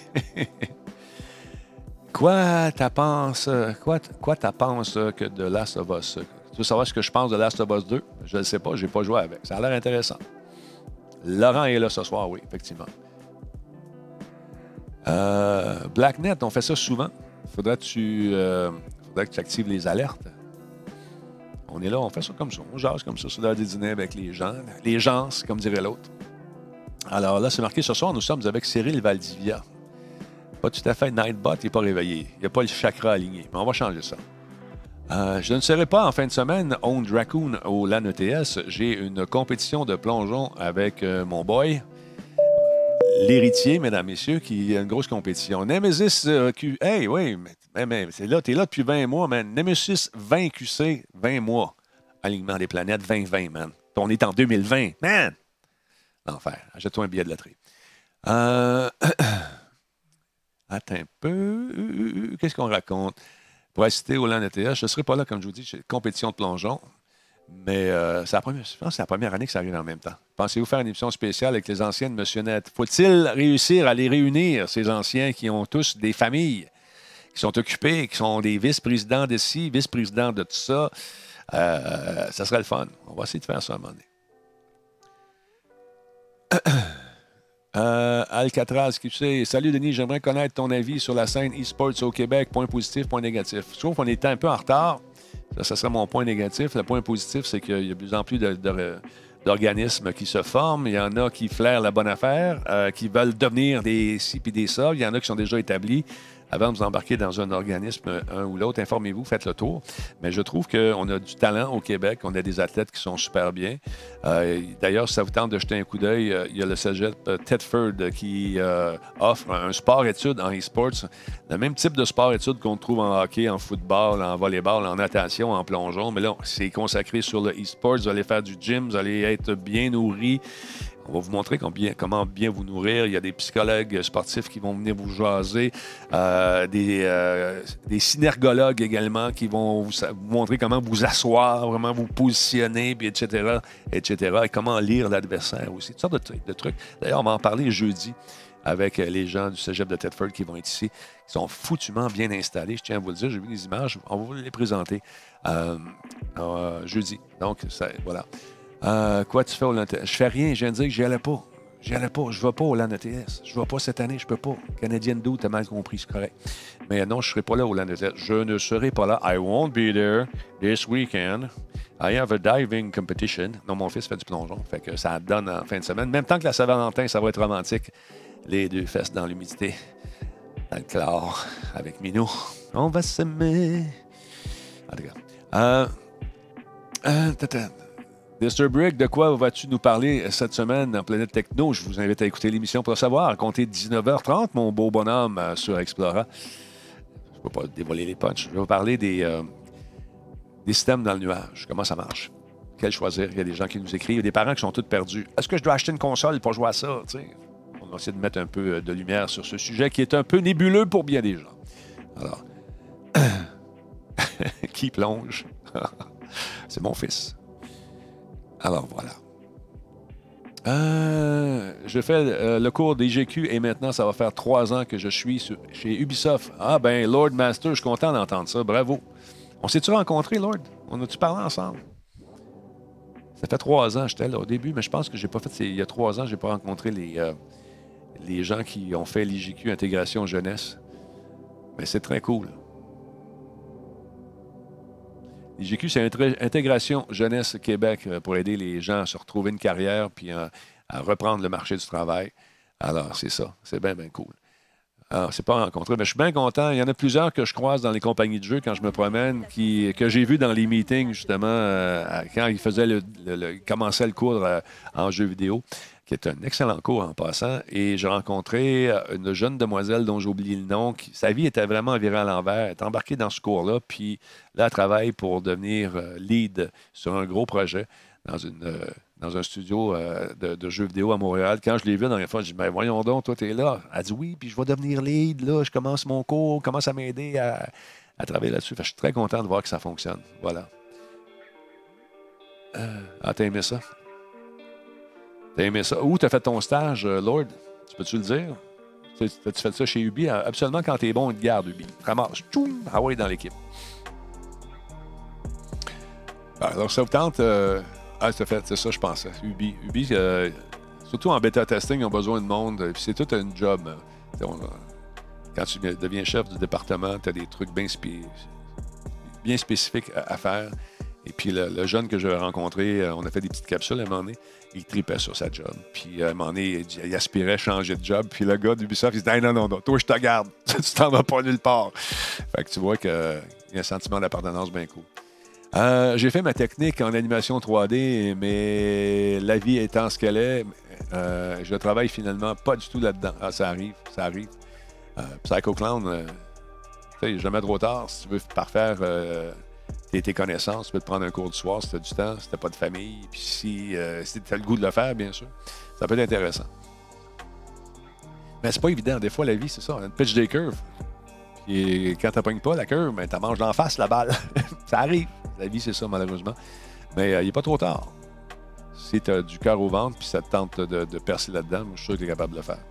B: Quoi t'as penses que de Last of Us? Tu veux savoir ce que je pense de Last of Us 2? Je ne sais pas, je n'ai pas joué avec. Ça a l'air intéressant. Laurent est là ce soir, oui, effectivement. BlackNet, on fait ça souvent. Faudrait que tu actives les alertes. On est là, on fait ça comme ça. On jase comme ça. C'est l'heure des dîners avec les gens. Les gens, comme dirait l'autre. Alors là, c'est marqué ce soir, nous sommes avec Cyril Valdivia. Pas tout à fait Nightbot, il n'est pas réveillé. Il n'y a pas le chakra aligné. Mais on va changer ça. Je ne serai pas en fin de semaine Owned Raccoon au LAN ETS. J'ai une compétition de plongeon avec mon boy, l'héritier, mesdames, messieurs, qui a une grosse compétition. Nemesis Q. Hey, oui, mais c'est là, t'es là depuis 20 mois, man. Nemesis 20 QC, 20 mois. Alignement des planètes, 2020, man. On est en 2020, man. L'enfer. Achète-toi un billet de loterie. Attends un peu. Qu'est-ce qu'on raconte? Pour assister au LAN ETH, je ne serai pas là, comme je vous dis, chez compétition de plongeon. Mais je pense que c'est la première année que ça arrive en même temps. Pensez-vous faire une émission spéciale avec les anciens de M. Net? Faut-il réussir à les réunir, ces anciens qui ont tous des familles, qui sont occupés, qui sont des vice-présidents de ci, vice-présidents de tout ça? Ça serait le fun. On va essayer de faire ça à un moment donné. Alcatraz, qui tu sais, salut Denis, j'aimerais connaître ton avis sur la scène e-sports au Québec, point positif, point négatif. Je trouve qu'on est un peu en retard. Ça serait mon point négatif. Le point positif, c'est qu'il y a de plus en plus d'organismes qui se forment. Il y en a qui flairent la bonne affaire, qui veulent devenir des ci puis des ça. Il y en a qui sont déjà établis. avant de vous embarquer dans un organisme, un ou l'autre, informez-vous, faites le tour. Mais je trouve qu'on a du talent au Québec. On a des athlètes qui sont super bien. D'ailleurs, si ça vous tente de jeter un coup d'œil, il y a le cégep Thetford qui offre un sport-études en e-sports. Le même type de sport-études qu'on trouve en hockey, en football, en volleyball, en natation, en plongeon. Mais là, c'est consacré sur le e-sports. Vous allez faire du gym, vous allez être bien nourri. On va vous montrer comment bien vous nourrir. Il y a des psychologues sportifs qui vont venir vous jaser, des synergologues également qui vont vous montrer comment vous asseoir, comment vous positionner, puis etc., etc., et comment lire l'adversaire aussi. Toutes sortes de trucs. D'ailleurs, on va en parler jeudi avec les gens du cégep de Thetford qui vont être ici. Ils sont foutument bien installés. Je tiens à vous le dire. J'ai vu les images. On va vous les présenter jeudi. Donc, voilà. Quoi tu fais au LAN ETS? Je fais rien. Je viens de dire que j'y allais pas. Je vais pas au LAN ETS. Je vais pas cette année. Je peux pas. Canadien d'eau, t'as mal compris. C'est correct. Mais non, je serai pas là au LAN ETS. Je ne serai pas là. I won't be there this weekend. I have a diving competition. Non, mon fils fait du plongeon. Fait que ça donne en fin de semaine. Même temps que la Saint-Valentin, ça va être romantique. Les deux fesses dans l'humidité. Dans le chlore. Avec Minou. On va s'aimer. En tout cas. Mr. Brick, de quoi vas-tu nous parler cette semaine en Planète Techno? Je vous invite à écouter l'émission pour le savoir. À compter de 19h30, mon beau bonhomme sur Explora. Je ne peux pas dévoiler les punchs. Je vais vous parler des systèmes dans le nuage. Comment ça marche? Quel choisir? Il y a des gens qui nous écrivent. Il y a des parents qui sont tous perdus. Est-ce que je dois acheter une console pour jouer à ça? T'sais? On va essayer de mettre un peu de lumière sur ce sujet qui est un peu nébuleux pour bien des gens. Alors, qui plonge? C'est mon fils. Alors, voilà. Je fais le cours d'IGQ et maintenant, ça va faire 3 ans que je suis chez Ubisoft. Ah ben, Lord Master, je suis content d'entendre ça. Bravo. On s'est-tu rencontrés, Lord? On a-tu parlé ensemble? Ça fait 3 ans, j'étais là au début, mais je pense que j'ai pas fait... Il y a 3 ans, j'ai pas rencontré les gens qui ont fait l'IGQ Intégration Jeunesse. Mais c'est très cool. L'IGQ, c'est Intégration Jeunesse Québec pour aider les gens à se retrouver une carrière puis à reprendre le marché du travail. Alors, c'est ça. C'est bien, bien cool. Alors, c'est pas rencontré, mais je suis bien content. Il y en a plusieurs que je croise dans les compagnies de jeux quand je me promène, que j'ai vu dans les meetings, justement, quand ils faisaient commençaient le cours en jeux vidéo, qui est un excellent cours en passant. Et j'ai rencontré une jeune demoiselle dont j'ai oublié le nom. Sa vie était vraiment virée à l'envers. Elle est embarquée dans ce cours-là. Puis là, elle travaille pour devenir lead sur un gros projet dans un studio de jeux vidéo à Montréal. Quand je l'ai vu la dernière fois, je dis ben voyons donc, toi, t'es là. Elle dit oui, puis je vais devenir lead. Là, je commence mon cours, commence à m'aider à travailler là-dessus. Fait que je suis très content de voir que ça fonctionne. Voilà. T'as aimé ça? T'as aimé ça? Où t'as fait ton stage, Lord? Tu peux-tu le dire? T'as-tu fait ça chez Ubi? Absolument, quand t'es bon, on te garde, Ubi. Ramasse. Tchoum! Ah ouais, dans l'équipe. Alors, ça vous tente... c'est ça, je pensais. Ubi, surtout en bêta-testing, ils ont besoin de monde. Puis c'est tout un job. Quand tu deviens chef du département, tu as des trucs bien spécifiques à faire. Et puis le jeune que j'ai rencontré, on a fait des petites capsules à un moment donné. Il tripait sur sa job. Puis à un moment donné, il aspirait à changer de job. Puis le gars d'Ubisoft, il se dit hey, non, toi, je te garde. Tu t'en vas pas nulle part. Fait que tu vois qu'il y a un sentiment d'appartenance bien cool. J'ai fait ma technique en animation 3D, mais la vie étant ce qu'elle est, je travaille finalement pas du tout là-dedans. Ça arrive. Psycho Clown, jamais trop tard. Si tu veux parfaire tes connaissances, tu peux te prendre un cours du soir si tu as du temps, si tu n'as pas de famille, puis si tu as le goût de le faire, bien sûr. Ça peut être intéressant. Mais c'est pas évident. Des fois, la vie, c'est ça. On a une pitch des curves. Et quand tu n'appognes pas la curve, ben, tu manges d'en face la balle. Ça arrive. La vie, c'est ça, malheureusement. Mais il n'est pas trop tard. Si tu as du cœur au ventre puis ça te tente de percer là-dedans, moi, je suis sûr que tu es capable de le faire.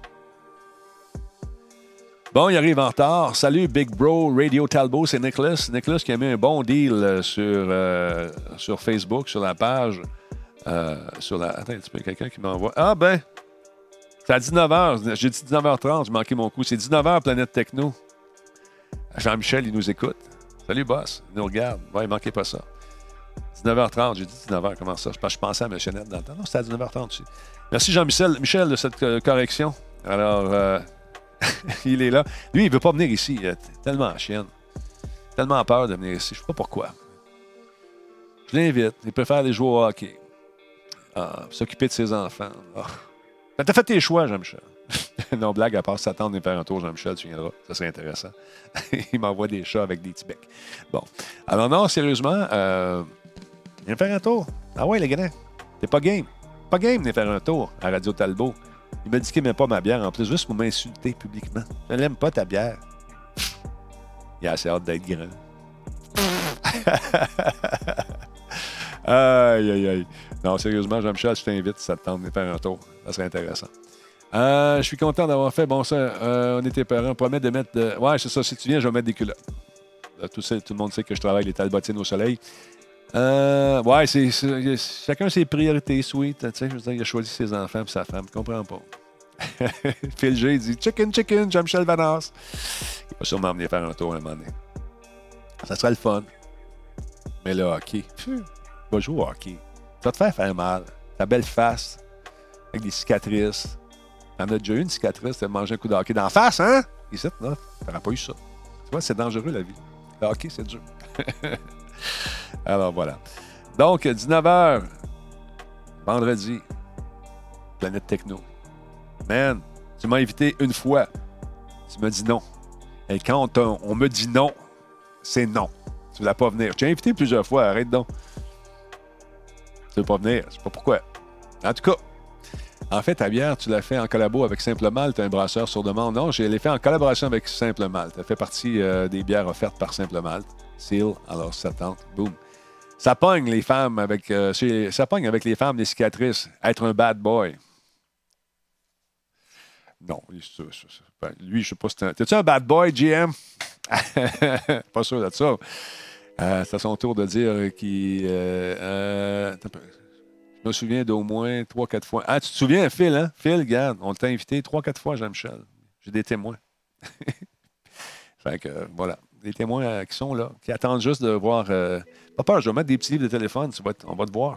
B: Bon, il arrive en retard. Salut, Big Bro, Radio Talbot, c'est Nicholas. Nicholas qui a mis un bon deal sur Facebook, sur la page. Attends un petit peu, quelqu'un qui m'envoie. Ah ben, c'est à 19h. J'ai dit 19h30, j'ai manqué mon coup. C'est 19h, Planète Techno. Jean-Michel, il nous écoute. Salut, boss. Il nous regarde. Ouais, il ne manquait pas ça. 19h30, j'ai dit 19h. Comment ça? Je pensais à M. Net dans le temps. Non, c'était à 19h30 aussi. Merci, Jean-Michel de cette correction. Alors, Il est là. Lui, il veut pas venir ici. Il a tellement chienne. Tellement peur de venir ici. Je sais pas pourquoi. Je l'invite. Il préfère aller jouer au hockey. S'occuper de ses enfants. Ben, t'as fait tes choix, Jean-Michel. Non, blague, à part s'attendre et faire un tour, Jean-Michel, tu viendras. Ça serait intéressant. Il m'envoie des chats avec des petits becs. Bon. Alors non, sérieusement, viens faire un tour. Ah ouais, les gars, t'es pas game. Pas game de faire un tour à Radio Talbot. Il m'a dit qu'il n'aimait pas ma bière. En plus, juste pour m'insulter publiquement. Je n'aime pas ta bière. Il a assez hâte d'être grand. Aïe, aïe, aïe. Non, sérieusement, Jean-Michel, je t'invite si ça te tente de faire un tour. Ça serait intéressant. Je suis content d'avoir fait. Bon, ça, on était parents. Promet de mettre. Ouais, c'est ça. Si tu viens, je vais mettre des culottes. Tout le monde sait que je travaille les talbotines au soleil. Ouais, chacun ses priorités, sweet. Tu sais, je veux dire, il a choisi ses enfants et sa femme. Je comprends pas. Phil G dit chicken, Jean-Michel Vanasse. Il va sûrement venir faire un tour à un moment donné. Ça serait le fun. Mais le hockey, va jouer au hockey. Ça va te faire mal. Ta belle face, avec des cicatrices. T'en as déjà eu une cicatrice, t'as mangé un coup de hockey d'en face, hein? Ici, non, t'aurais pas eu ça. Tu vois, c'est dangereux, la vie. Le hockey, c'est dur. Alors, voilà. Donc, 19h, vendredi, Planète Techno. Man, tu m'as invité une fois. Tu m'as dit non. Et quand on me dit non, c'est non. Tu ne voulais pas venir. Je t'ai invité plusieurs fois. Arrête donc. Tu ne veux pas venir. Je sais pas pourquoi. En tout cas, en fait, ta bière, tu l'as fait en collabo avec Simple Malte, un brasseur sur demande. Non, je l'ai fait en collaboration avec Simple Malte. Ça fait partie des bières offertes par Simple Malte. Seal, alors ça tente. Boum. Ça pogne les femmes avec... ça pogne avec les femmes des cicatrices. Être un bad boy. Non, ben, lui, je sais pas si t'es-tu un bad boy, GM? Pas sûr de ça. C'est à son tour de dire qu'il... je me souviens d'au moins 3-4 fois. Ah, tu te souviens, Phil, hein? Phil, regarde, on t'a invité 3-4 fois, Jean-Michel. J'ai des témoins. Fait que, voilà. Des témoins qui sont là, qui attendent juste de voir... Pas peur, je vais mettre des petits livres de téléphone. On va te voir.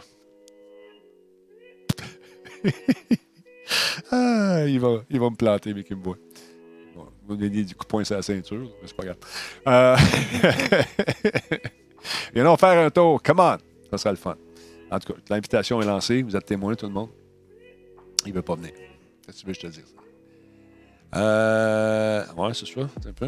B: Il va me planter, mais qu'il me voit. Bon, il va me donner du coup de poing sur la ceinture, mais c'est pas grave. Viens faire un tour. Come on! Ça sera le fun. En tout cas, l'invitation est lancée. Vous êtes témoins, tout le monde. Il ne veut pas venir. Qu'est-ce que tu veux que je te dise? Ouais, c'est ça. C'est un peu.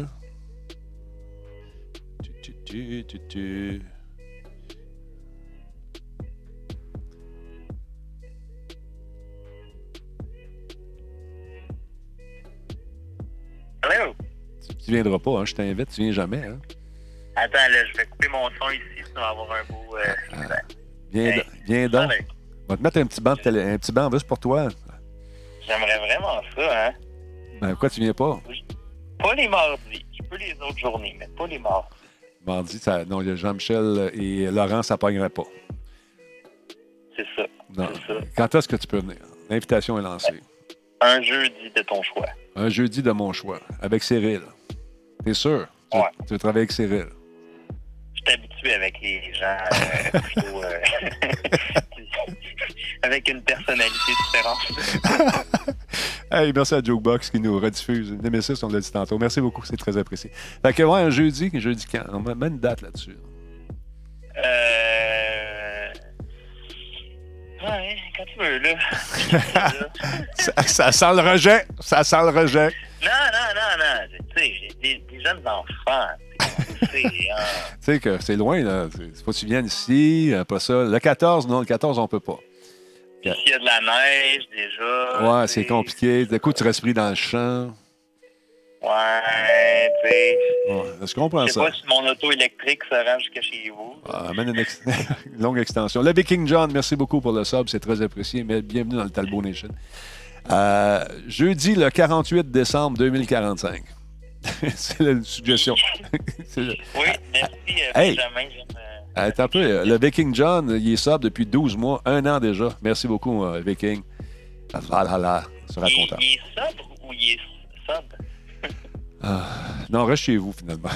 C: Hello?
B: Tu viendras pas, hein? Je t'invite, tu viens jamais, hein?
C: Attends, là, je vais couper mon son ici, ça va avoir un beau...
B: Viens donc. On va te mettre un petit banc juste pour toi.
C: J'aimerais vraiment ça, hein?
B: Ben, pourquoi tu viens pas?
C: Oui. Pas les mardis. Je peux les autres journées, mais pas les mardis.
B: Mardi, non, Jean-Michel et Laurent, ça ne pognerait pas.
C: C'est ça.
B: Non.
C: C'est ça.
B: Quand est-ce que tu peux venir? L'invitation est lancée.
C: Un jeudi de ton choix.
B: Un jeudi de mon choix. Avec Cyril. T'es sûr?
C: Ouais.
B: Tu veux travailler avec Cyril?
C: Je suis habitué avec les gens plutôt... avec une personnalité différente.
B: Hey, merci à Jokebox qui nous rediffuse. Nemesis, on l'a dit tantôt. Merci beaucoup, c'est très apprécié. Fait que, ouais, un jeudi quand? On met une date là-dessus.
C: Ouais, quand tu veux, là.
B: Ça sent le rejet. Ça sent le rejet.
C: Non. Tu sais, j'ai des jeunes enfants. Tu
B: sais que c'est loin, là. Faut que tu viennes ici, pas ça. Le 14, non, le 14, on peut pas.
C: Puis s'il y a de la neige, déjà...
B: Ouais, c'est compliqué. D'un coup, tu restes pris dans le champ.
C: Ouais, tu sais...
B: Ouais, je comprends ça.
C: Je sais pas si mon auto électrique se rend jusqu'à chez vous.
B: Amène une longue extension. Le Viking John, merci beaucoup pour le sub. C'est très apprécié. Mais bienvenue dans le Talbot Nation. Jeudi, le 48 décembre 2045. C'est la suggestion.
C: Oui, merci, Benjamin.
B: Attends un peu. Le Viking John, il est sub depuis 12 mois, 1 an déjà. Merci beaucoup, Viking. Ça sera content.
C: Il est sobre ou il est sobre?
B: Non, reste chez vous, finalement.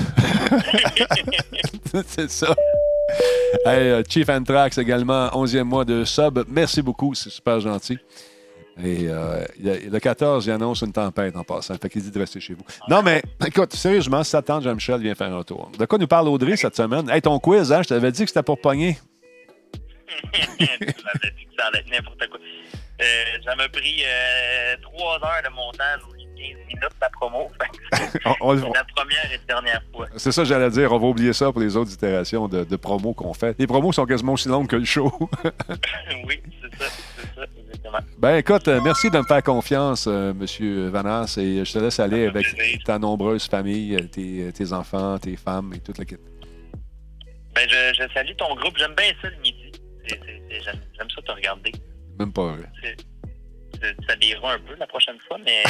B: C'est ça. Hey, Chief Anthrax également, 11e mois de sub. Merci beaucoup, c'est super gentil. Et le 14, il annonce une tempête en passant. Fait qu'il dit de rester chez vous. Non, mais écoute, sérieusement, si ça tente, Jean-Michel vient faire un tour. De quoi nous parle Audrey cette semaine? Hey, ton quiz, hein? Je t'avais dit que c'était pour pogner.
C: Tu m'avais dit que ça allait être n'importe quoi. Ça m'a pris 3 heures de montage ou 15 minutes la promo. C'est la première et dernière fois.
B: C'est ça que j'allais dire. On va oublier ça pour les autres itérations de promos qu'on fait. Les promos sont quasiment aussi longues que le show.
C: Oui, c'est ça, exactement.
B: Ben écoute, merci de me faire confiance, M. Vanas, et je te laisse aller avec ta nombreuse famille, tes enfants, tes femmes et toute l'équipe.
C: Ben, je salue ton groupe. J'aime bien ça le midi. J'aime ça te regarder.
B: Même pas vrai.
C: Ça lira un peu la prochaine fois, mais...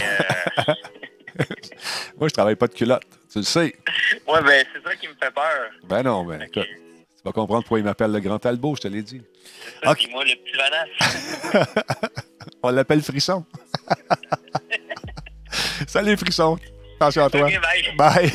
B: Moi, je travaille pas de culotte, tu le sais.
C: Ouais, ben c'est ça qui me fait peur.
B: Ben non, ben écoute, tu vas comprendre pourquoi il m'appelle le Grand Talbot, je te l'ai dit.
C: C'est ça, puis moi, le petit Vanas.
B: On l'appelle Frisson. Salut, Frisson. Attention à toi.
C: Okay, bye.
B: Bye.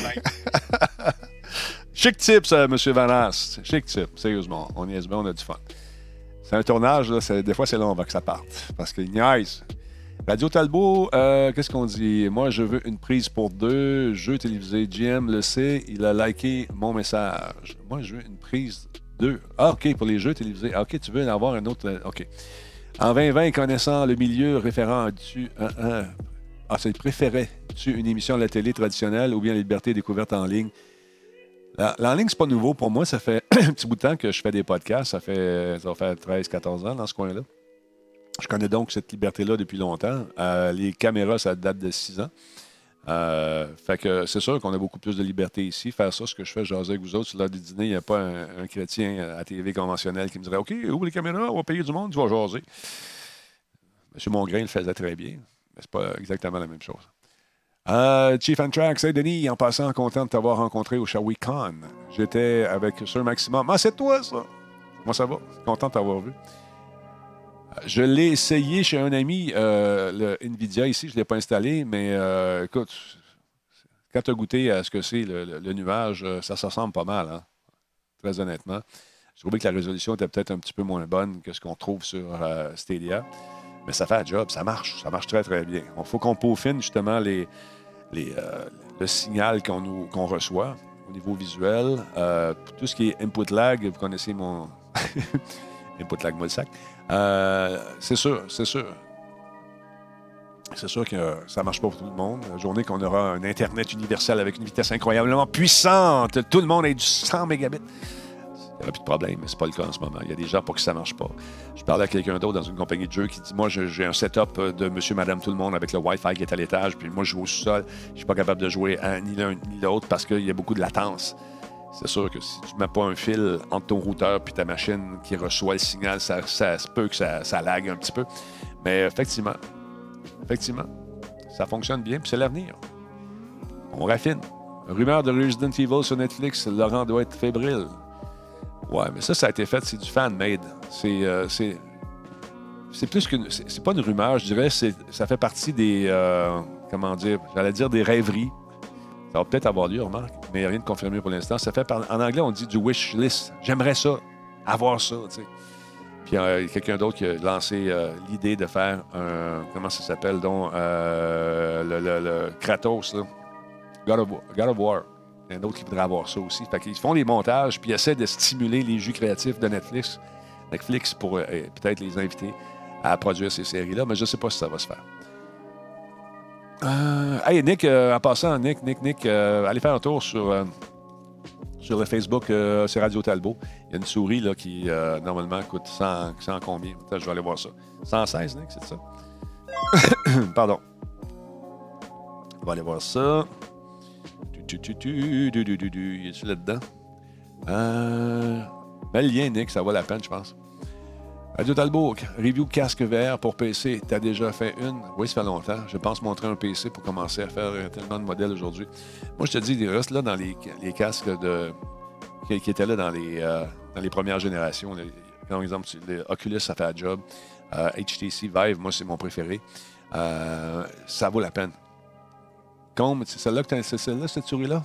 B: Chic tips, M. Vanas. Chic tips, sérieusement. On niaise bien, on a du fun. C'est un tournage, là, des fois, c'est long avant que ça parte. Parce qu'il niaise. Radio Talbot, qu'est-ce qu'on dit? Moi, je veux une prise pour 2. Jeu télévisé. JM le sait, il a liké mon message. Moi, je veux une prise 2. Ah, OK, pour les jeux télévisés. Ah, OK, tu veux en avoir un autre. OK. En 2020, connaissant le milieu référent tu c'est préférais-tu une émission à la télé traditionnelle ou bien la liberté découverte en ligne? En ligne, c'est pas nouveau pour moi. Ça fait un petit bout de temps que je fais des podcasts. Ça va faire 13-14 ans dans ce coin-là. Je connais donc cette liberté-là depuis longtemps. Les caméras, ça date de 6 ans. Fait que c'est sûr qu'on a beaucoup plus de liberté ici. Faire ça, ce que je fais, jaser avec vous autres, sur l'heure du dîner, il n'y a pas un chrétien à TV conventionnelle qui me dirait « OK, ouvre les caméras, on va payer du monde, tu vas jaser. » M. Mongrain le faisait très bien, mais c'est pas exactement la même chose. Chief Antrax, hey Denis, en passant, content de t'avoir rencontré au ShawiCon. J'étais avec Sir Maximum. Ah, c'est toi, ça! Moi, ça va. Content de t'avoir vu. Je l'ai essayé chez un ami, le NVIDIA ici, je ne l'ai pas installé, mais écoute, quand tu as goûté à ce que c'est le nuage, ça se ressemble pas mal, hein? Très honnêtement. Je trouvais que la résolution était peut-être un petit peu moins bonne que ce qu'on trouve sur Stadia, mais ça fait un job, ça marche très très bien. Il faut qu'on peaufine justement le signal qu'on reçoit au niveau visuel. Tout ce qui est input lag, vous connaissez mon... input lag, moi le sac. C'est sûr. C'est sûr que ça ne marche pas pour tout le monde. La journée qu'on aura un Internet universel avec une vitesse incroyablement puissante, tout le monde a du 100 mégabits. Il n'y aura plus de problème, mais ce n'est pas le cas en ce moment. Il y a des gens pour qui ça ne marche pas. Je parlais à quelqu'un d'autre dans une compagnie de jeux qui dit « Moi, j'ai un setup de monsieur, madame, tout le monde avec le Wi-Fi qui est à l'étage, puis moi, je joue au sous-sol. Je ne suis pas capable de jouer à ni l'un ni l'autre parce qu'il y a beaucoup de latence. » C'est sûr que si tu ne mets pas un fil entre ton routeur et ta machine qui reçoit le signal, ça se peut que ça lague un petit peu. Mais effectivement, ça fonctionne bien, puis c'est l'avenir. On raffine. Rumeur de Resident Evil sur Netflix, Laurent doit être fébrile. Ouais, mais ça a été fait, c'est du fan-made. C'est plus qu'une... C'est pas une rumeur, je dirais, ça fait partie des... comment dire? J'allais dire des rêveries. Ça va peut-être avoir lieu, remarque, mais rien de confirmé pour l'instant. Ça fait en anglais, on dit du wish list. J'aimerais ça, avoir ça, tu sais. Puis il y a quelqu'un d'autre qui a lancé l'idée de faire un... Comment ça s'appelle, donc? Le Kratos, là. God of War. Il y en a d'autres qui voudraient avoir ça aussi. Fait qu'ils font les montages, puis ils essaient de stimuler les jus créatifs de Netflix pour peut-être les inviter à produire ces séries-là, mais je ne sais pas si ça va se faire. Hey, Nick, en passant, Nick, allez faire un tour sur le Facebook, c'est Radio Talbot. Il y a une souris là, qui, normalement, coûte 100 combien? Attends, je vais aller voir ça. 116, Nick, c'est ça? Pardon. On va aller voir ça. Y est-tu là-dedans? Mets le lien, Nick, ça vaut la peine, je pense. Radio Talbot, review casque VR pour PC. T'as déjà fait une? Oui, ça fait longtemps. Je pense montrer un PC pour commencer à faire tellement de modèles aujourd'hui. Moi, je te dis, il reste là dans les casques qui étaient là dans les premières générations. Par exemple, le Oculus, ça fait un job. HTC Vive, moi, c'est mon préféré. Ça vaut la peine. Combe, c'est celle-là c'est celle-là, cette souris-là?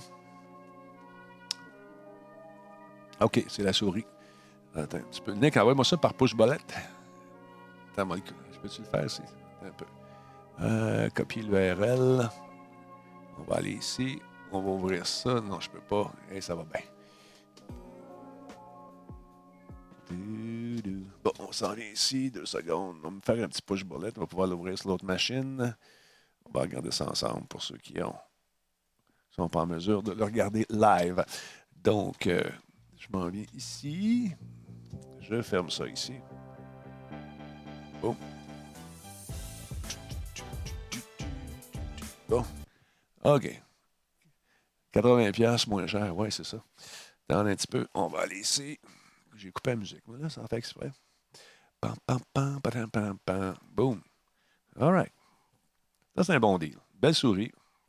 B: OK, c'est la souris. Attends un petit peu. Nick, envoie-moi ça par push-bolette. Attends, peux-tu le faire ici? Un peu. Copier l'URL. On va aller ici. On va ouvrir ça. Non, je peux pas. Et ça va bien. Bon, on s'en vient ici. 2 secondes. On va me faire un petit push bullet. On va pouvoir l'ouvrir sur l'autre machine. On va regarder ça ensemble pour ceux qui sont pas en mesure de le regarder live. Donc, je m'en viens ici. Je ferme ça ici. Bon. Bon. OK. 80$ moins cher. Oui, c'est ça. Attends un petit peu. On va aller ici. J'ai coupé la musique. Voilà, ça en fait exprès. Pam, pam, pam, pam, pam, pam. Boom. All right. Ça, c'est un bon deal. Belle souris.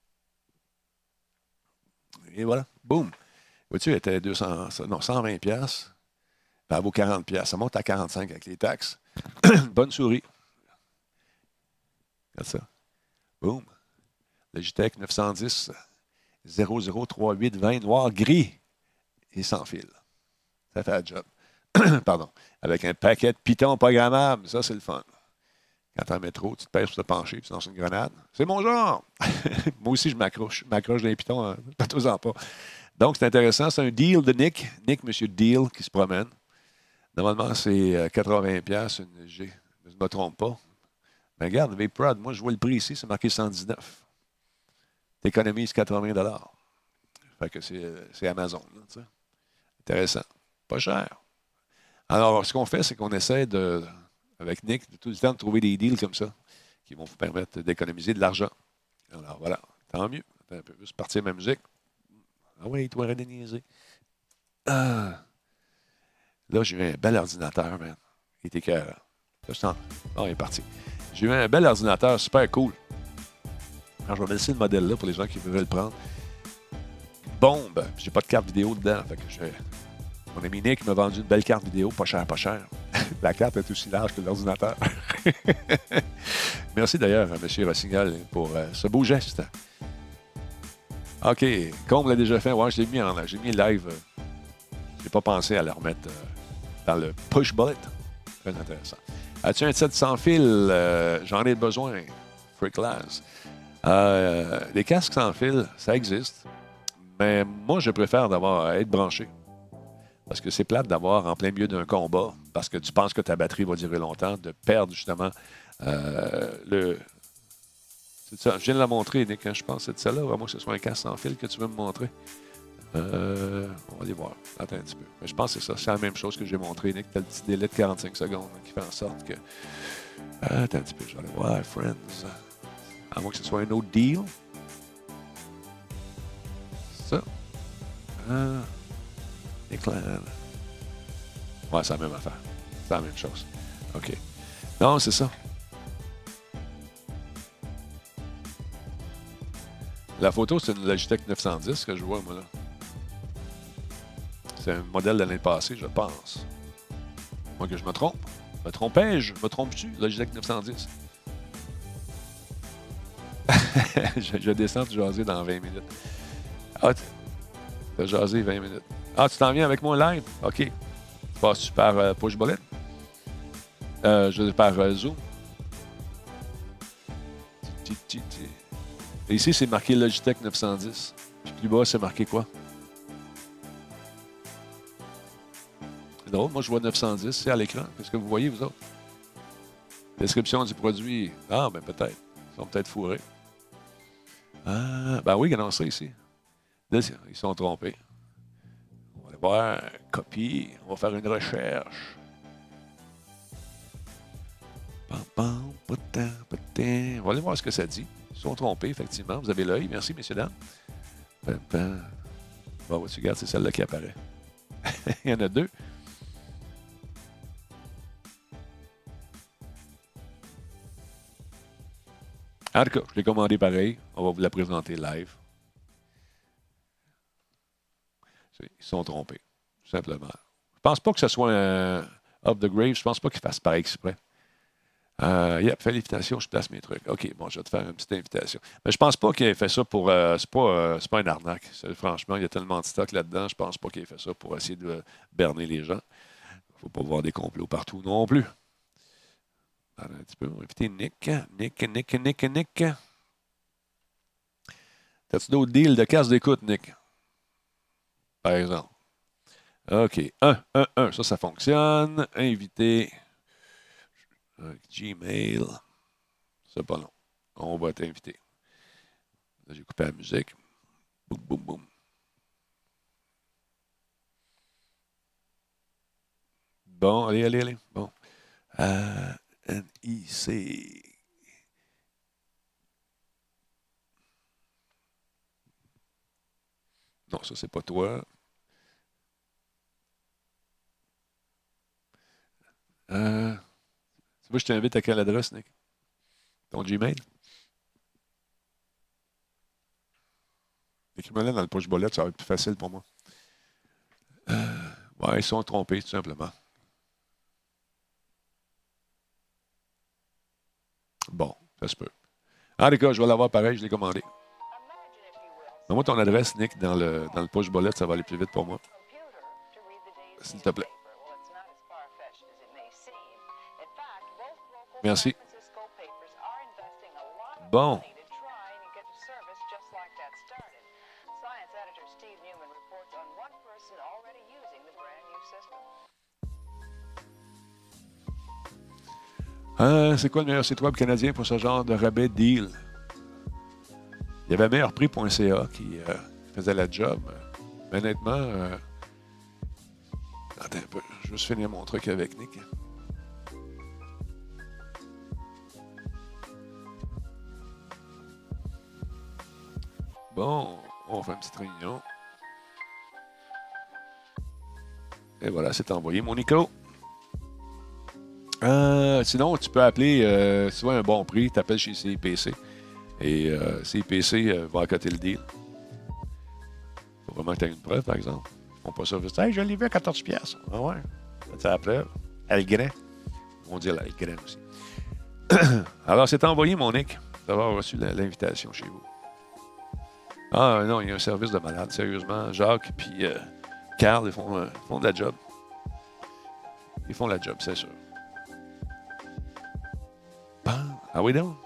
B: Et voilà. Boom. Vois-tu, elle était 120$. Elle vaut 40$. Ça monte à 45$ avec les taxes. Bonne souris. Regarde ça. Boom. Logitech 910 003820 noir gris et sans fil. Ça fait la job. Pardon. Avec un paquet de pitons programmables. Ça, c'est le fun. Quand t'en mets trop, tu te pèses pour te pencher, puis tu lances une grenade. C'est mon genre! Moi aussi, je m'accroche. Je m'accroche dans les pitons, pas tous en pas. Donc, c'est intéressant. C'est un deal de Nick. Nick, monsieur Deal, qui se promène. Normalement, c'est 80$, une G. Je ne me trompe pas. Mais regarde, Vaporad, moi, je vois le prix ici, c'est marqué 119. Tu économises 80$. Fait que c'est Amazon. Là, tu sais. Intéressant. Pas cher. Alors, ce qu'on fait, c'est qu'on essaie avec Nick, de tout le temps de trouver des deals comme ça qui vont vous permettre d'économiser de l'argent. Alors, voilà. Tant mieux. Attends un peu. Juste partir ma musique. Ah oui, toi, arrête de niaiser. Là, j'ai eu un bel ordinateur, man. Il était carré. Il est parti. J'ai eu un bel ordinateur super cool. Alors, je vais laisser le modèle là pour les gens qui veulent le prendre. Bombe. J'ai pas de carte vidéo dedans. Fait que mon ami Nick m'a vendu une belle carte vidéo, pas cher, pas cher. La carte est aussi large que l'ordinateur. Merci d'ailleurs à M. Rossignol pour ce beau geste. OK. Combe l'a déjà fait. Ouais, j'ai mis live. J'ai pas pensé à le remettre dans le push bullet. Très intéressant. As-tu un set sans fil? J'en ai besoin. Freak Laz. Les casques sans fil, ça existe. Mais moi, je préfère être branché. Parce que c'est plate d'avoir en plein milieu d'un combat, parce que tu penses que ta batterie va durer longtemps, de perdre justement C'est ça. Je viens de la montrer, Nick, hein, je pense que c'est de celle-là, à moins que ce soit un casque sans fil que tu veux me montrer. On va aller voir. Attends un petit peu. Mais je pense que c'est ça. C'est la même chose que j'ai montré, Nick. Tu as le petit délai de 45 secondes qui fait en sorte que... attends un petit peu. Je vais aller voir, Friends. À moins que ce soit un autre deal. Ça. Éclair. Ouais, c'est la même affaire. C'est la même chose. OK. Non, c'est ça. La photo, c'est une Logitech 910 que je vois, moi, là. C'est un modèle de l'année passée, je pense. Moi, que je me trompe. Me trompais-je? Me trompes-tu? Logitech 910. je descends de jaser dans 20 minutes. Ah, tu as jasé 20 minutes. Ah, tu t'en viens avec moi live? OK. Tu passes par Push Bullet? Par Zoom. Et ici, c'est marqué Logitech 910. Puis plus bas, c'est marqué quoi? C'est drôle, moi je vois 910, c'est à l'écran. Qu'est-ce que vous voyez, vous autres? Description du produit. Ah, ben peut-être. Ils sont peut-être fourrés. Ah, ben oui, non, ça ici. Là, ils sont trompés. On va aller voir, copie, on va faire une recherche. On va aller voir ce que ça dit. Ils sont trompés, effectivement. Vous avez l'œil. Merci, messieurs, dames. Bon, tu regardes, c'est celle-là qui apparaît. Il y en a deux. En tout cas, je l'ai commandé pareil. On va vous la présenter live. Ils sont trompés, tout simplement. Je pense pas que ce soit un off the grave. Je pense pas qu'ils fassent par exprès. Fais l'invitation, je place mes trucs. OK, bon, je vais te faire une petite invitation. Mais je pense pas qu'il ait fait ça pour... c'est pas une arnaque. Franchement, il y a tellement de stock là-dedans. Je pense pas qu'il ait fait ça pour essayer de berner les gens. Il ne faut pas voir des complots partout non plus. Attends un petit peu. On va inviter Nick. T'as-tu d'autres deals de casse d'écoute, Nick? Par exemple. OK. 1. Ça fonctionne. Invité. Gmail. C'est pas long. On va t'inviter. Là, j'ai coupé la musique. Boum, boum, boum. Bon, allez. Bon. NIC. Non, ça, c'est pas toi. Tu veux que je t'invite à quelle adresse, Nick? Ton Gmail? Écris-moi là dans le push-bullet, ça va être plus facile pour moi. Ouais, ils sont trompés, tout simplement. Bon, ça se peut. En tout cas, je vais l'avoir pareil, je l'ai commandé. Mets-moi ton adresse, Nick, dans le push-bullet, ça va aller plus vite pour moi. S'il te plaît. Merci. Bon. C'est quoi le meilleur site web canadien pour ce genre de rabais deal? Il y avait meilleurprix.ca qui faisait la job. Mais honnêtement, attends un peu, je vais juste finir mon truc avec Nick. Bon, on fait une petite réunion. Et voilà, c'est envoyé, mon Nico. Sinon, tu peux appeler, si tu vois un bon prix, tu appelles chez CIPC. Et CIPC va accoter le deal. Il faut vraiment que tu aies une preuve, par exemple. Ils font pas ça juste, hey, je l'ai vu à 14 piastres. Ah ouais, c'est la preuve. Algren. On dit Algren aussi. Alors, c'est envoyé, mon Nick, d'avoir reçu l'invitation chez vous. Ah non, il y a un service de malade, sérieusement. Jacques puis Carl, ils font de la job. Ils font la job, c'est sûr. Ah oui, donc?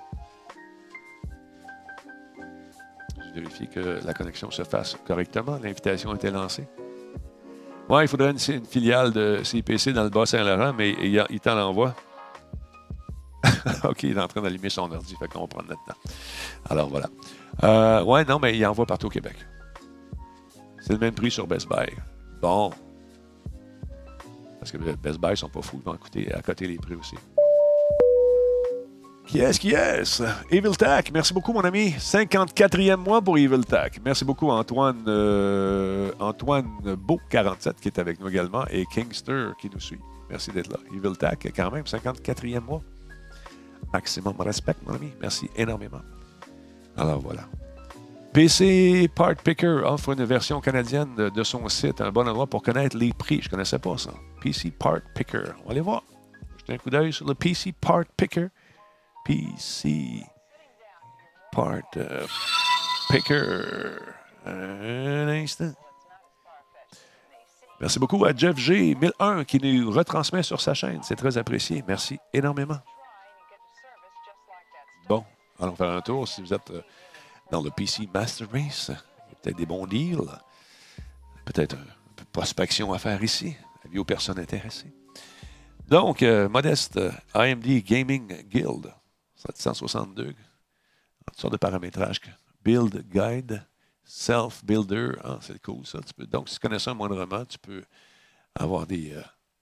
B: Je vérifie que la connexion se fasse correctement. L'invitation a été lancée. Oui, il faudrait une filiale de CIPC dans le Bas-Saint-Laurent, mais il t'en l'envoie. OK, il est en train d'allumer son ordi, fait qu'on va prendre notre temps. Alors, voilà. Ouais, non, mais il envoie partout au Québec. C'est le même prix sur Best Buy. Bon. Parce que Best Buy, ils sont pas fous. Ils vont écouter à côté les prix aussi. Yes. Evil Tac, merci beaucoup, mon ami. 54e mois pour Evil Tac. Merci beaucoup, Antoine Beau, 47, qui est avec nous également, et Kingster, qui nous suit. Merci d'être là. Evil Tac, quand même, 54e mois. Maximum respect, mon ami. Merci énormément. Alors, voilà. PC Part Picker offre une version canadienne de son site, un bon endroit pour connaître les prix. Je ne connaissais pas ça. PC Part Picker. On va aller voir. Jetez un coup d'œil sur le PC Part Picker. PC Part Picker. Un instant. Merci beaucoup à Jeff G. 1001 qui nous retransmet sur sa chaîne. C'est très apprécié. Merci énormément. Bon, allons faire un tour. Si vous êtes dans le PC Master Race, il y a peut-être des bons deals. Peut-être un peu de prospection à faire ici. Avis aux personnes intéressées. Donc, modeste AMD Gaming Guild. 762. Toutes sortes de paramétrages. Build Guide, Self-Builder. Ah, c'est cool, ça. Donc, si tu connais ça moindrement, tu peux avoir des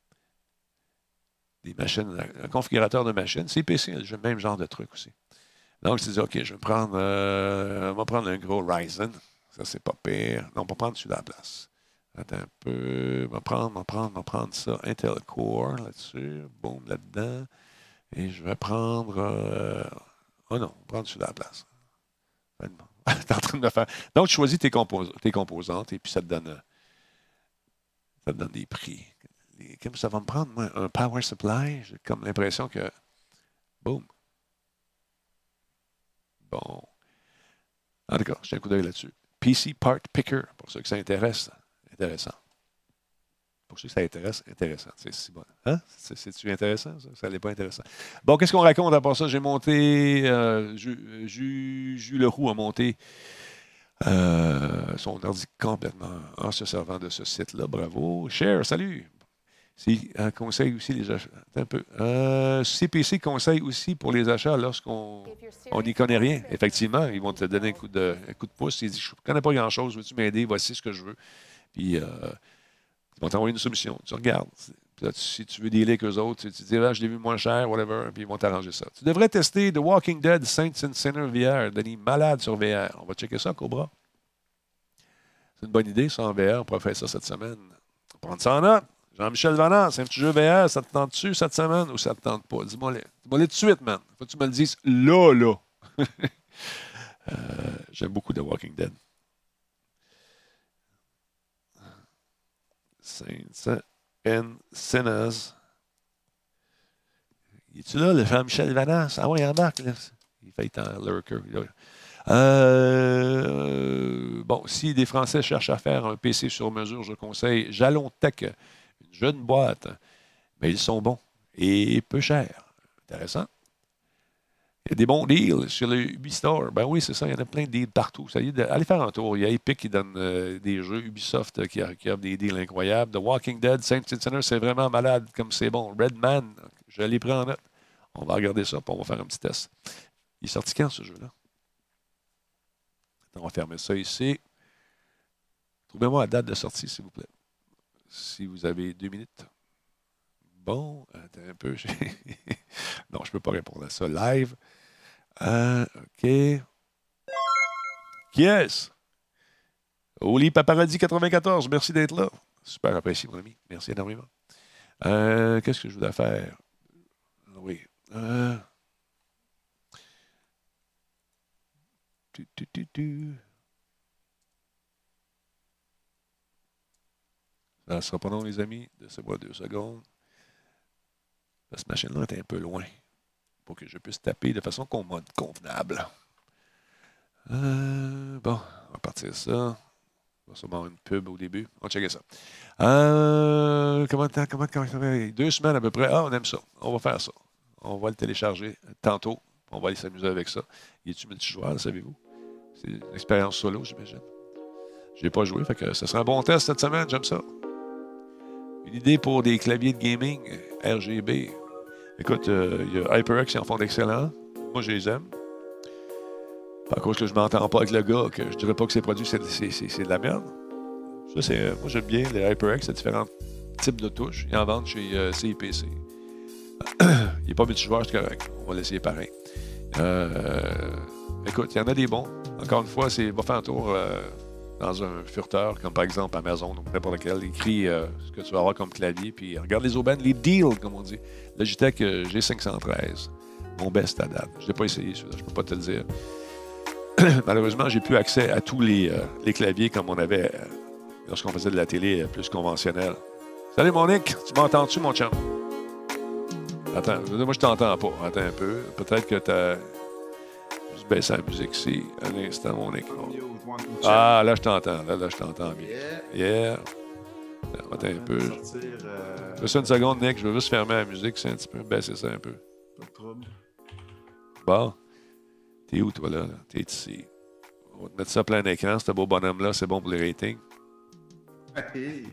B: machines, un configurateur de machines. CPC a le même genre de truc aussi. Donc, tu dis, OK, je vais prendre, on va prendre un gros Ryzen. Ça, c'est pas pire. Non, on va prendre celui de la place. Attends un peu. On va prendre ça. Intel Core là-dessus. Boom, là-dedans. Et je vais prendre... oh non, prendre celui de la place. T'es en train de me faire... Donc, tu choisis tes composantes et puis ça te donne des prix. Comme ça va me prendre, moi, un power supply. J'ai comme l'impression que... Boum. Bon. En tout cas, j'ai un coup d'œil là-dessus. PC Part Picker, pour ceux que ça intéresse. Intéressant. Pour ceux que ça intéresse, intéressant. C'est bon. Hein? C'est-tu intéressant, ça? Ça n'est pas intéressant. Bon, qu'est-ce qu'on raconte à part ça? J'ai monté... Jules Leroux a monté son ordi complètement en se servant de ce site-là. Bravo. Cher, salut. Conseille aussi les achats. Attends un peu. CPC conseille aussi pour les achats lorsqu'on n'y connaît rien. Effectivement, ils vont te donner un coup de pouce. Ils disent, je ne connais pas grand-chose, veux-tu m'aider? Voici ce que je veux. Puis... ils vont t'envoyer une solution. Tu regardes. Là, si tu veux dealer avec eux autres, tu dis, là, je l'ai vu moins cher, whatever, puis ils vont t'arranger ça. Tu devrais tester The Walking Dead Saints and Sinners VR. Denis, malade sur VR. On va checker ça, Cobra. C'est une bonne idée, ça, en VR. On pourrait faire ça cette semaine. On va prendre ça en note. Jean-Michel Valant, c'est un petit jeu VR. Ça te tente-tu cette semaine ou ça te tente pas? Dis-moi-le. Dis-moi-le tout de suite, man. Faut que tu me le dises là. J'aime beaucoup The Walking Dead. Saints and Sinners. Es-tu là, le Jean-Michel Valence? Ah oui, il embarque, là. Il fait en lurker. Bon, si des Français cherchent à faire un PC sur mesure, je conseille Jalon Tech, une jeune boîte. Mais ils sont bons et peu chers. Intéressant. Il y a des bons deals sur le Ubistore. Ben oui, c'est ça. Il y en a plein de deals partout. Ça y est, allez faire un tour. Il y a Epic qui donne des jeux. Ubisoft qui offre des deals incroyables. The Walking Dead, Saints and Sinners, c'est vraiment malade comme c'est bon. Redman, je l'ai pris en note. On va regarder ça, puis on va faire un petit test. Il est sorti quand, ce jeu-là? On va fermer ça ici. Trouvez-moi la date de sortie, s'il vous plaît. Si vous avez 2 minutes. Bon, attends un peu. Non, je ne peux pas répondre à ça live. OK. Qui est-ce? Oli Paparazzi 94, merci d'être là. Super apprécié, mon ami. Merci énormément. Qu'est-ce que je voulais faire? Oui. Ça ne sera pas long, les amis. Laissez-moi 2 secondes. Cette machine-là est un peu loin pour que je puisse taper de façon convenable. Bon, on va partir ça. On va sûrement avoir une pub au début. On va checker ça. Comment 2 semaines à peu près. Ah, on aime ça. On va faire ça. On va le télécharger tantôt. On va aller s'amuser avec ça. Il est-tu multijoueur, savez-vous? C'est une expérience solo, j'imagine. Je n'ai pas joué, fait que ce sera un bon test cette semaine. J'aime ça. Une idée pour des claviers de gaming RGB. Écoute, il y a HyperX qui en font d'excellents. Moi, je les aime. À cause que je ne m'entends pas avec le gars, que je ne dirais pas que ces produits, c'est de la merde. Ça, moi, j'aime bien les HyperX, c'est différents types de touches. Ils en vendent chez CIPC. Il n'est pas multijoueur, c'est correct. On va l'essayer pareil. Écoute, il y en a des bons. Encore une fois, va faire un tour dans un furteur, comme par exemple Amazon ou n'importe lequel. Écris ce que tu vas avoir comme clavier, puis regarde les aubaines, les deals, comme on dit. Logitech G513, mon best à date. Je ne l'ai pas essayé, celui-là, je ne peux pas te le dire. Malheureusement, j'ai plus accès à tous les claviers comme on avait lorsqu'on faisait de la télé plus conventionnelle. Salut, mon Nick, tu m'entends-tu, mon chum? Attends, moi, je t'entends pas. Attends un peu. Peut-être que tu as... Je baisse la musique ici. Un instant, mon Nick. Ah, là, je t'entends. Là, je t'entends bien. Yeah. Attends un peu. Juste une seconde, Nick. Je veux juste fermer la musique. C'est un petit peu. Baisser ça un peu.
D: Pas de trouble.
B: Bon. T'es où, toi, là? T'es ici. On va te mettre ça plein écran, ce beau bonhomme-là. C'est bon pour les ratings.
D: Hey.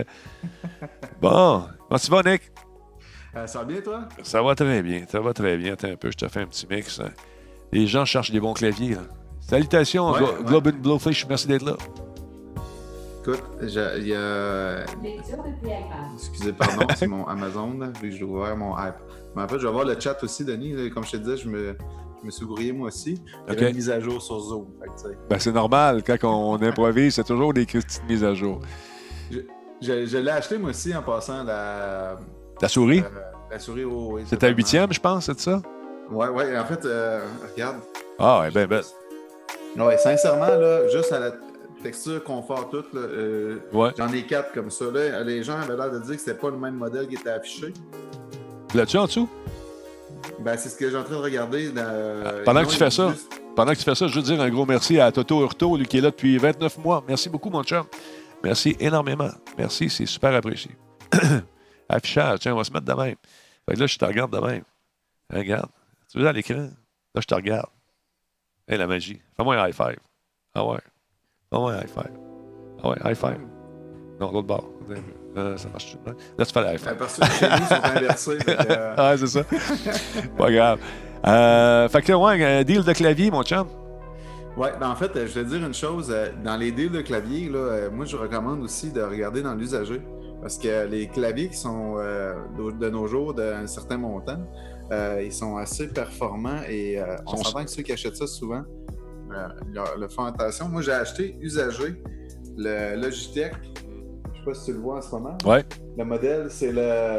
B: Bon. Comment tu vas, Nick?
D: Ça va bien, toi?
B: Ça va très bien. Ça va très bien. Attends un peu. Je te fais un petit mix. Les gens cherchent des bons claviers, là. Salutations, Globe and Blowfish. Merci d'être là.
D: Écoute, il y a... Excusez, pardon, c'est mon Amazon, là, vu que j'ai ouvert mon iPad. Mais en fait, je vais voir le chat aussi, Denis. Là, comme je te disais, je me suis brouillé moi aussi. Il y avait une mise à jour sur Zoom. Fait que,
B: c'est normal. Quand on improvise, c'est toujours des petites mises à jour.
D: Je l'ai acheté moi aussi en passant
B: la souris?
D: La souris, oui.
B: C'est ta 8e, je pense, c'est ça?
D: Oui. En fait, regarde.
B: Ah, ouais, ben.
D: Ouais, sincèrement, là, juste à la texture, confort, tout, là, j'en ai 4 comme ça. Là. Les gens avaient l'air de dire que c'était pas le même modèle qui était affiché.
B: L'as-tu en dessous?
D: Ben, c'est ce que j'ai en train de regarder.
B: Pendant que tu fais ça, je veux dire un gros merci à Toto Hurto, lui qui est là depuis 29 mois. Merci beaucoup, mon chum. Merci énormément. Merci, c'est super apprécié. Affichage, tiens, on va se mettre de même. Fait que là, je te regarde de même. Regarde. Tu veux à l'écran? Là, je te regarde. Hey, la magie. Fais-moi un high five. Ah ouais. Fais-moi un high five. Ah ouais, high five. Non, l'autre bord. Ça marche tout. Là, tu fais le high five.
D: Parce que les chenilles sont inversées.
B: Ouais, c'est ça. Pas grave. Fait que, ouais, un deal de clavier, mon chum.
D: Ouais, ben en fait, je vais te dire une chose. Dans les deals de clavier, là, moi, je recommande aussi de regarder dans l'usager. Parce que les claviers qui sont de nos jours d'un certain montant, ils sont assez performants et on s'entend que ceux qui achètent ça souvent le font attention. Moi, j'ai acheté usagé le Logitech. Je sais pas si tu le vois en ce moment.
B: Ouais.
D: Le modèle, c'est le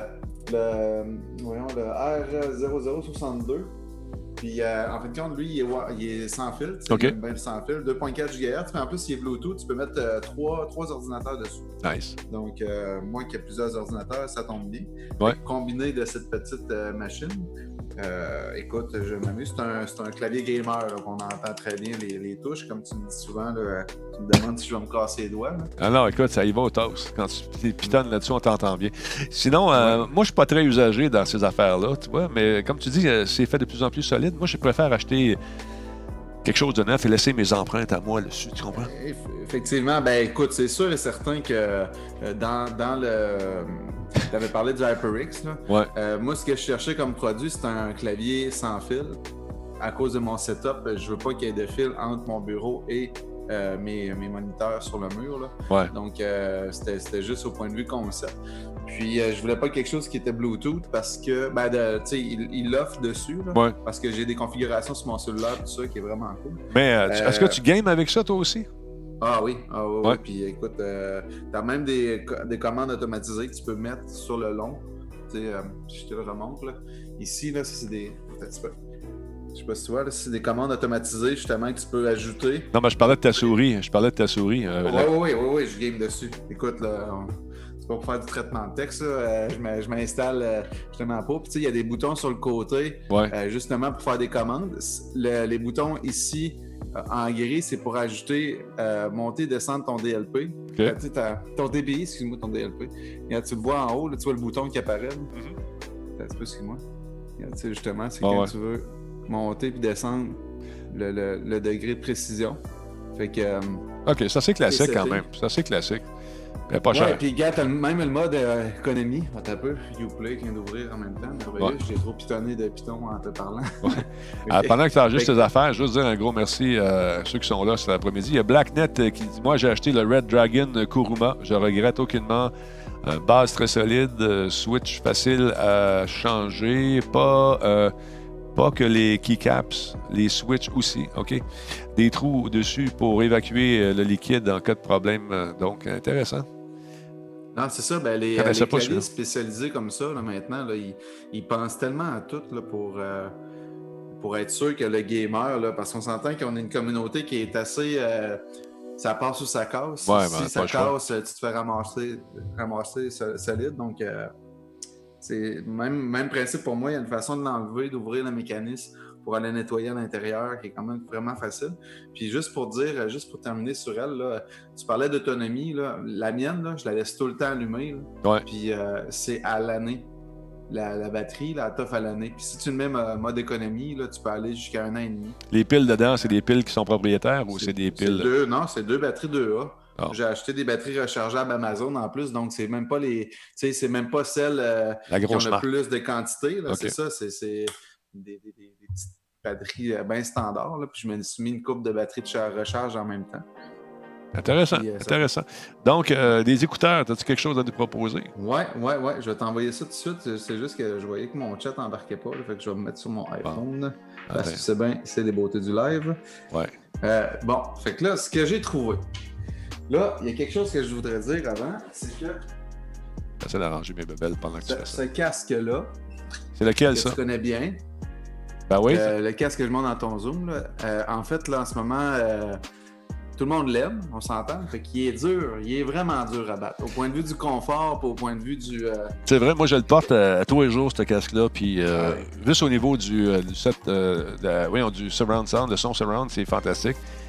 D: R0062. Puis, en fin de compte, lui, il est sans fil.
B: OK.
D: Bien sans fil, 2.4 GHz. Mais en plus, il est Bluetooth. Tu peux mettre trois ordinateurs dessus.
B: Nice.
D: Donc, moi qui ai plusieurs ordinateurs, ça tombe bien.
B: Ouais.
D: Combiné de cette petite machine, écoute, je m'amuse. C'est un clavier gamer, là, qu'on entend très bien les touches. Comme tu me dis souvent, là, tu me demandes si je vais me casser les doigts. Là.
B: Ah non, écoute, ça y va au toast. Quand tu pitonnes là-dessus, on t'entend bien. Sinon, moi, je suis pas très usagé dans ces affaires-là, tu vois. Mais comme tu dis, c'est fait de plus en plus solide. Moi, je préfère acheter quelque chose de neuf et laisser mes empreintes à moi dessus, tu comprends?
D: Effectivement, ben écoute, c'est sûr et certain que dans le... Tu avais parlé du HyperX, là.
B: Ouais.
D: Moi, ce que je cherchais comme produit, c'est un clavier sans fil. À cause de mon setup, je veux pas qu'il y ait de fil entre mon bureau et mes moniteurs sur le mur, là.
B: Ouais.
D: Donc, c'était juste au point de vue concept. Puis, je voulais pas quelque chose qui était Bluetooth parce que, tu sais, il l'offre dessus, là,
B: Ouais.
D: parce que j'ai des configurations sur mon cellulaire, tout ça, qui est vraiment cool.
B: Mais est-ce que tu games avec ça, toi aussi?
D: Ah oui,
B: Ouais.
D: Puis écoute, t'as même des commandes automatisées que tu peux mettre sur le long. Tu sais, je te le remonte, là. Ici, là, ça, c'est des... Je sais pas si tu vois, là, c'est des commandes automatisées, justement, que tu peux ajouter.
B: Non, mais je parlais de ta souris.
D: Oui, je game dessus. Écoute, là, c'est pas pour faire du traitement de texte, là. Je m'installe justement pas. Puis, tu sais, il y a des boutons sur le côté,
B: Ouais.
D: justement, pour faire des commandes. Les boutons ici, en gris, c'est pour ajouter, monter, descendre ton DLP.
B: Okay.
D: Tu sais, ton DPI, excuse-moi, ton DLP. Regarde, tu le vois en haut, là, tu vois le bouton qui apparaît. Excuse-moi. Regarde, tu sais, justement, c'est quand tu veux monter puis descendre le degré de précision. Fait que...
B: OK, ça c'est classique quand même. Ça c'est classique. Mais pas cher.
D: Ouais, puis gars, t'as même le mode économie. Attends un peu. Uplay qui vient d'ouvrir en même temps. Merveilleux. J'ai trop pitonné de Python en te parlant.
B: Okay. Pendant que tu enregistres tes affaires, juste dire un gros merci à ceux qui sont là cet après-midi. Il y a BlackNet qui dit « Moi, j'ai acheté le Red Dragon Kuruma. Je regrette aucunement. Base très solide. Switch facile à changer. Pas que les keycaps, les switches aussi, OK? Des trous dessus pour évacuer le liquide en cas de problème. Donc, intéressant.
D: Non, c'est ça. Ben, les claviers spécialisés comme ça, là, maintenant, là, ils pensent tellement à tout là, pour être sûr que le gamer, là, parce qu'on s'entend qu'on a une communauté qui est assez... ça passe ou ça casse.
B: Ouais,
D: si ça casse, tu te fais ramasser solide. Donc... c'est même principe pour moi, il y a une façon de l'enlever, d'ouvrir le mécanisme pour aller nettoyer à l'intérieur, qui est quand même vraiment facile. Puis juste pour terminer sur elle, là, tu parlais d'autonomie, là, la mienne, là, je la laisse tout le temps allumée. Là,
B: ouais.
D: Puis c'est à l'année. La batterie, là, elle t'offre à l'année. Puis si tu le mets en mode économie, là, tu peux aller jusqu'à 1 an et demi.
B: Les piles dedans, c'est des piles qui sont propriétaires ou c'est des piles...
D: C'est 2 batteries 2A. Oh. J'ai acheté des batteries rechargeables Amazon en plus, donc c'est même pas c'est même pas celles qui ont le plus de quantité. Là, okay. C'est ça, c'est des petites batteries bien standards. Là, puis je me suis mis une couple de batteries de recharge en même temps.
B: Intéressant, intéressant. Donc, des écouteurs, as-tu quelque chose à nous proposer?
D: Ouais. Je vais t'envoyer ça tout de suite. C'est juste que je voyais que mon chat n'embarquait pas. Là, fait que je vais me mettre sur mon iPhone. Parce que c'est bien, c'est des beautés du live.
B: Ouais.
D: Bon, fait que là, ce que j'ai trouvé. Là, il y a quelque chose que je voudrais dire avant, c'est que...
B: J'essaie d'arranger mes bébelles pendant que tu fais ça.
D: Ce casque-là...
B: C'est lequel,
D: que
B: ça?
D: Tu connais bien.
B: Ben oui.
D: Le casque que je monte dans ton Zoom, là, en fait, là, en ce moment, tout le monde l'aime, on s'entend. Fait qu'il est dur, il est vraiment dur à battre. Au point de vue du confort, pas au point de vue du...
B: C'est vrai, moi, je le porte à tous les jours, ce casque-là, puis juste au niveau du set, du surround sound, le son surround, c'est fantastique.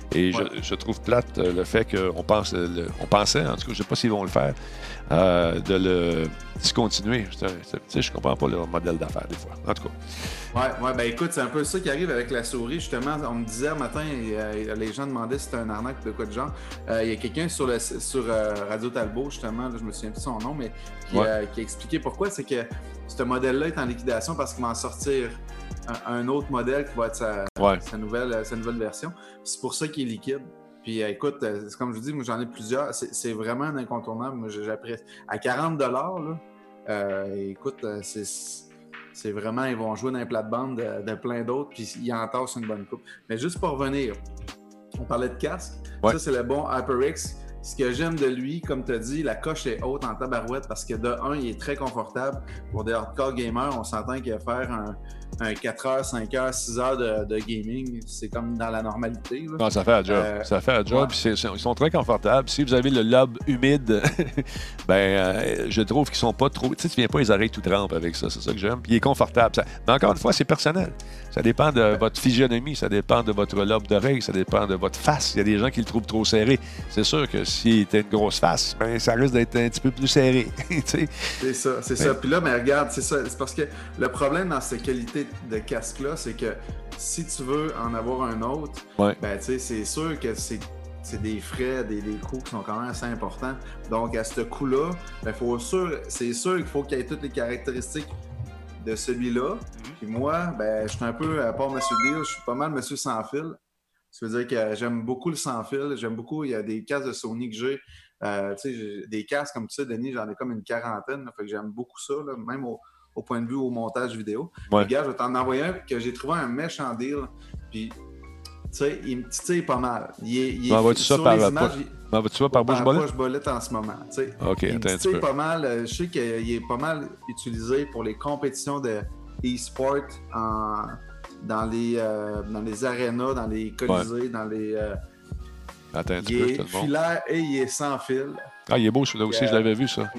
B: Et je trouve plate le fait qu'on pensait, en tout cas, je ne sais pas s'ils vont le faire, de le discontinuer. Je ne comprends pas le modèle d'affaires des fois. En tout cas.
D: Ouais, ben écoute, c'est un peu ça qui arrive avec la souris. Justement, on me disait un matin, les gens demandaient si c'était un arnaque de quoi de genre. Il y a quelqu'un sur Radio Talbot, justement, là, je me souviens plus de son nom, mais qui a expliqué pourquoi. C'est que ce modèle-là est en liquidation parce qu'il va en sortir un autre modèle qui va être sa nouvelle version. C'est pour ça qu'il est liquide. Puis écoute, c'est comme je vous dis, moi j'en ai plusieurs. C'est vraiment un incontournable. Moi j'apprécie. À 40 $, là, écoute, c'est vraiment, ils vont jouer dans les plates-bandes de plein d'autres, puis ils entassent une bonne coupe. Mais juste pour revenir, on parlait de casque. Ça, c'est le bon HyperX. Ce que j'aime de lui, comme tu as dit, la coche est haute en tabarouette parce que de un, il est très confortable. Pour des hardcore gamers, on s'entend qu'il va faire un 4 heures, 5 heures, 6 heures de gaming. C'est comme dans la normalité. Là.
B: Non, ça fait la job. Ça fait la job. Puis ils sont très confortables. Si vous avez le lobe humide, je trouve qu'ils sont pas trop... Tu viens pas les oreilles tout trempes avec ça. C'est ça que j'aime. Puis il est confortable. Mais encore une fois, c'est personnel. Ça dépend de votre physionomie. Ça dépend de votre lobe d'oreille. Ça dépend de votre face. Il y a des gens qui le trouvent trop serré. C'est sûr que si tu as une grosse face, ça risque d'être un petit peu plus serré.
D: C'est ça. Puis là, mais regarde, c'est ça. C'est parce que le problème dans ces qualités de casque-là, c'est que si tu veux en avoir un autre, c'est sûr que c'est des frais, des coûts qui sont quand même assez importants. Donc, à ce coût-là, c'est sûr qu'il faut qu'il y ait toutes les caractéristiques de celui-là. Puis moi, je suis un peu, à part M. Deal, je suis pas mal M. sans fil. Ça veut dire que j'aime beaucoup le sans fil. J'aime beaucoup, il y a des casques de Sony que j'ai. J'ai des casques comme tu sais, Denis, j'en ai comme une quarantaine. Là, fait que j'aime beaucoup ça, là, même au point de vue au montage vidéo. Les gars, je vais t'en envoyer un que j'ai trouvé un méchant deal. Puis, tu sais, il me titille pas mal.
B: M'envoies-tu ça par
D: bouche-bolette en ce moment.
B: OK,
D: il me titille pas mal. Je sais qu'il est pas mal utilisé pour les compétitions de e-sport dans les arénas, dans les colisées, dans les...
B: Attends un petit
D: il
B: peu,
D: est filaire et il est sans fil.
B: Ah, il est beau celui-là aussi, je l'avais vu, ça.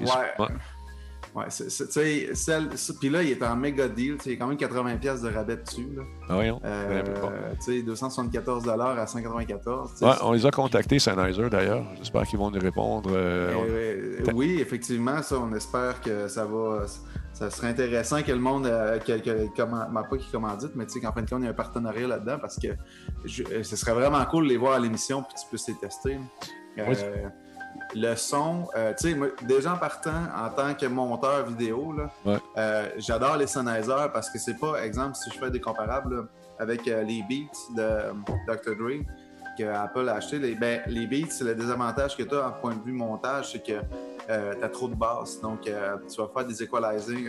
D: Puis là, il est en méga deal. Il y a quand même 80$ de rabais dessus. Là.
B: Ah, voyons.
D: 274$ à 194$.
B: On les a contactés, Sennheiser, d'ailleurs. J'espère qu'ils vont nous répondre.
D: Oui, effectivement, ça, on espère que ça va... Ça serait intéressant que le monde, pas qu'il commandite, mais qu'en fin de compte, il y a un partenariat là-dedans parce que ce serait vraiment cool de les voir à l'émission puis tu peux les tester. Le son, déjà en partant, en tant que monteur vidéo, là, j'adore les Sennheiser parce que c'est pas, exemple, si je fais des comparables là, avec les Beats de Dr. Dre que Apple a acheté, les Beats, c'est le désavantage que tu as en point de vue montage, c'est que tu as trop de basses, donc tu vas faire des equalizing,